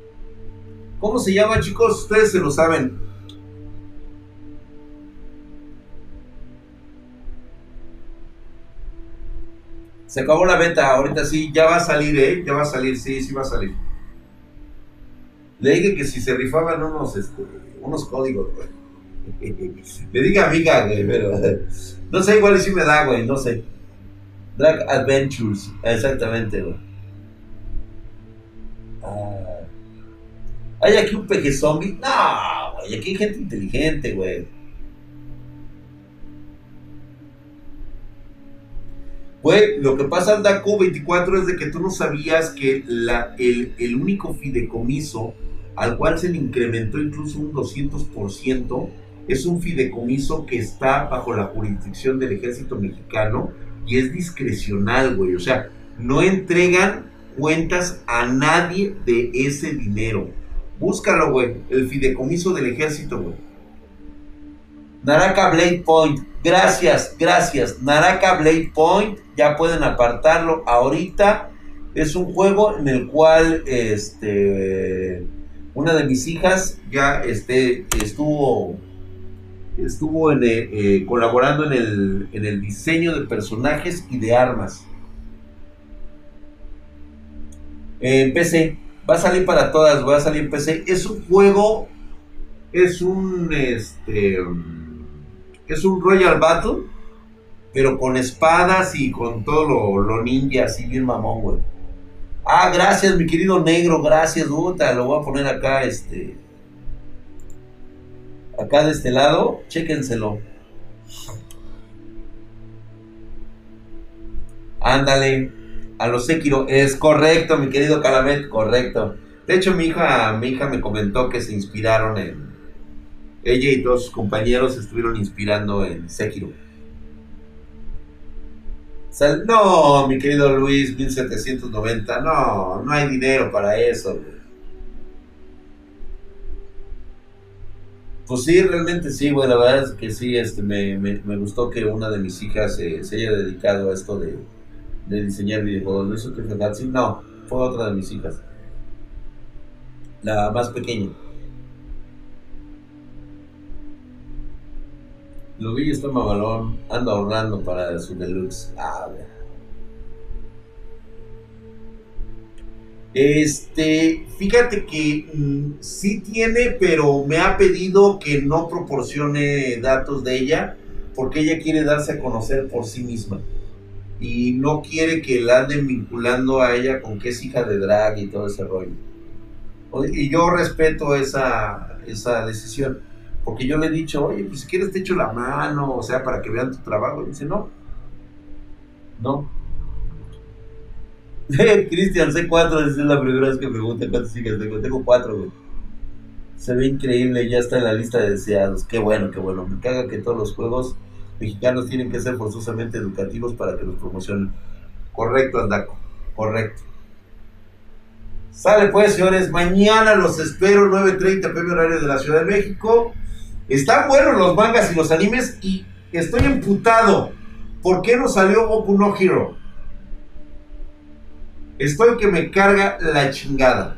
¿Cómo se llama, chicos? Ustedes se lo saben. Se acabó la beta, ahorita sí, ya va a salir, ¿eh? Ya va a salir, sí, sí va a salir. Le dije que si se rifaban unos, este, unos códigos, güey. Le dije amiga, güey, pero no sé, igual si me da, güey, no sé. Drag Adventures, exactamente, güey. Ah. ¿Hay aquí un peje zombie? No, güey, aquí hay gente inteligente, güey. Güey, lo que pasa al DACO veinticuatro es de que tú no sabías que la, el, el único fideicomiso al cual se le incrementó incluso un doscientos por ciento es un fideicomiso que está bajo la jurisdicción del ejército mexicano y es discrecional, güey. O sea, no entregan cuentas a nadie de ese dinero. Búscalo, güey, el fideicomiso del ejército, güey. Naraka Blade Point, gracias, gracias. Naraka Blade Point, ya pueden apartarlo ahorita. Es un juego en el cual este, una de mis hijas ya este, estuvo, estuvo en el, eh, colaborando en el, en el diseño de personajes y de armas. En P C, va a salir para todas, va a salir en P C. Es un juego, es un este. Es un Royal Battle, pero con espadas y con todo lo, lo ninja, así bien mamón, güey. Ah, gracias, mi querido negro, gracias, puta, lo voy a poner acá, este. Acá de este lado, chéquenselo. Ándale, a los Sekiro, es correcto, mi querido Calamet, correcto. De hecho, mi hija, mi hija me comentó que se inspiraron en. Ella y todos sus compañeros estuvieron inspirando en Sekiro. Sal no, mi querido Luis, mil setecientos noventa, no, no hay dinero para eso, güey. Pues sí, realmente sí, güey, la verdad es que sí, este, me, me, me gustó que una de mis hijas eh, se haya dedicado a esto de, de diseñar videojuegos. ¿No hizo que sí? No, fue otra de mis hijas, la más pequeña. Lo vi, está mamalón, anda ahorrando para su deluxe. Ah, güey. Este, fíjate que mmm, sí tiene, pero me ha pedido que no proporcione datos de ella, porque ella quiere darse a conocer por sí misma. Y no quiere que la anden vinculando a ella con que es hija de drag y todo ese rollo. Y yo respeto esa, esa decisión. Porque yo le he dicho, oye, pues si quieres te echo la mano, o sea, para que vean tu trabajo. Y dice, no, no. Cristian C cuatro, es la primera vez que me pregunta cuántas hijas tengo. Tengo cuatro, güey. Se ve increíble, ya está en la lista de deseados. Qué bueno, qué bueno. Me caga que todos los juegos mexicanos tienen que ser forzosamente educativos para que los promocionen. Correcto, Andaco, correcto. Sale pues, señores, mañana los espero, nueve treinta p m horario de la Ciudad de México. Están buenos los mangas y los animes y estoy emputado. ¿Por qué no salió Boku no Hero? Estoy que me carga la chingada.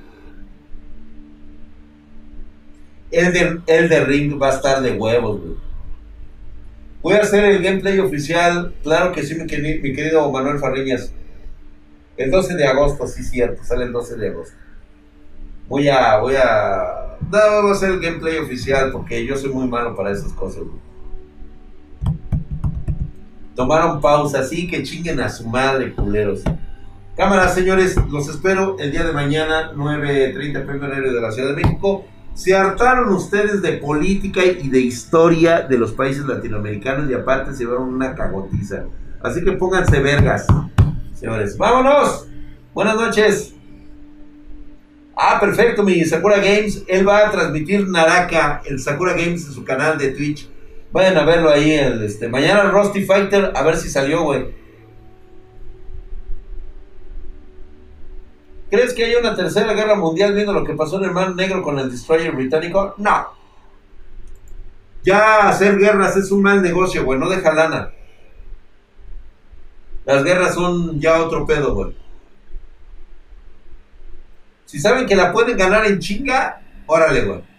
Elden, Elden Ring va a estar de huevos, güey. Voy a hacer el gameplay oficial, claro que sí, mi, mi querido Manuel Farriñas. El doce de agosto, sí, cierto, sale el doce de agosto. Voy a, voy a... No, voy a hacer el gameplay oficial porque yo soy muy malo para esas cosas, güey. Tomaron pausa, así que chinguen a su madre, culeros. Cámara, señores, los espero el día de mañana, nueve treinta p m horario de la Ciudad de México. Se hartaron ustedes de política y de historia de los países latinoamericanos y aparte se llevaron una cagotiza. Así que pónganse vergas, señores. ¡Vámonos! Buenas noches. Ah, perfecto, mi Sakura Games. Él va a transmitir Naraka, el Sakura Games en su canal de Twitch. Vayan a verlo ahí. El, este, mañana Rusty Fighter, a ver si salió, güey. ¿Crees que haya una tercera guerra mundial viendo lo que pasó en el Mar Negro con el destroyer británico? No. Ya hacer guerras es un mal negocio, güey. No deja lana. Las guerras son ya otro pedo, güey. Si saben que la pueden ganar en chinga, órale, güey.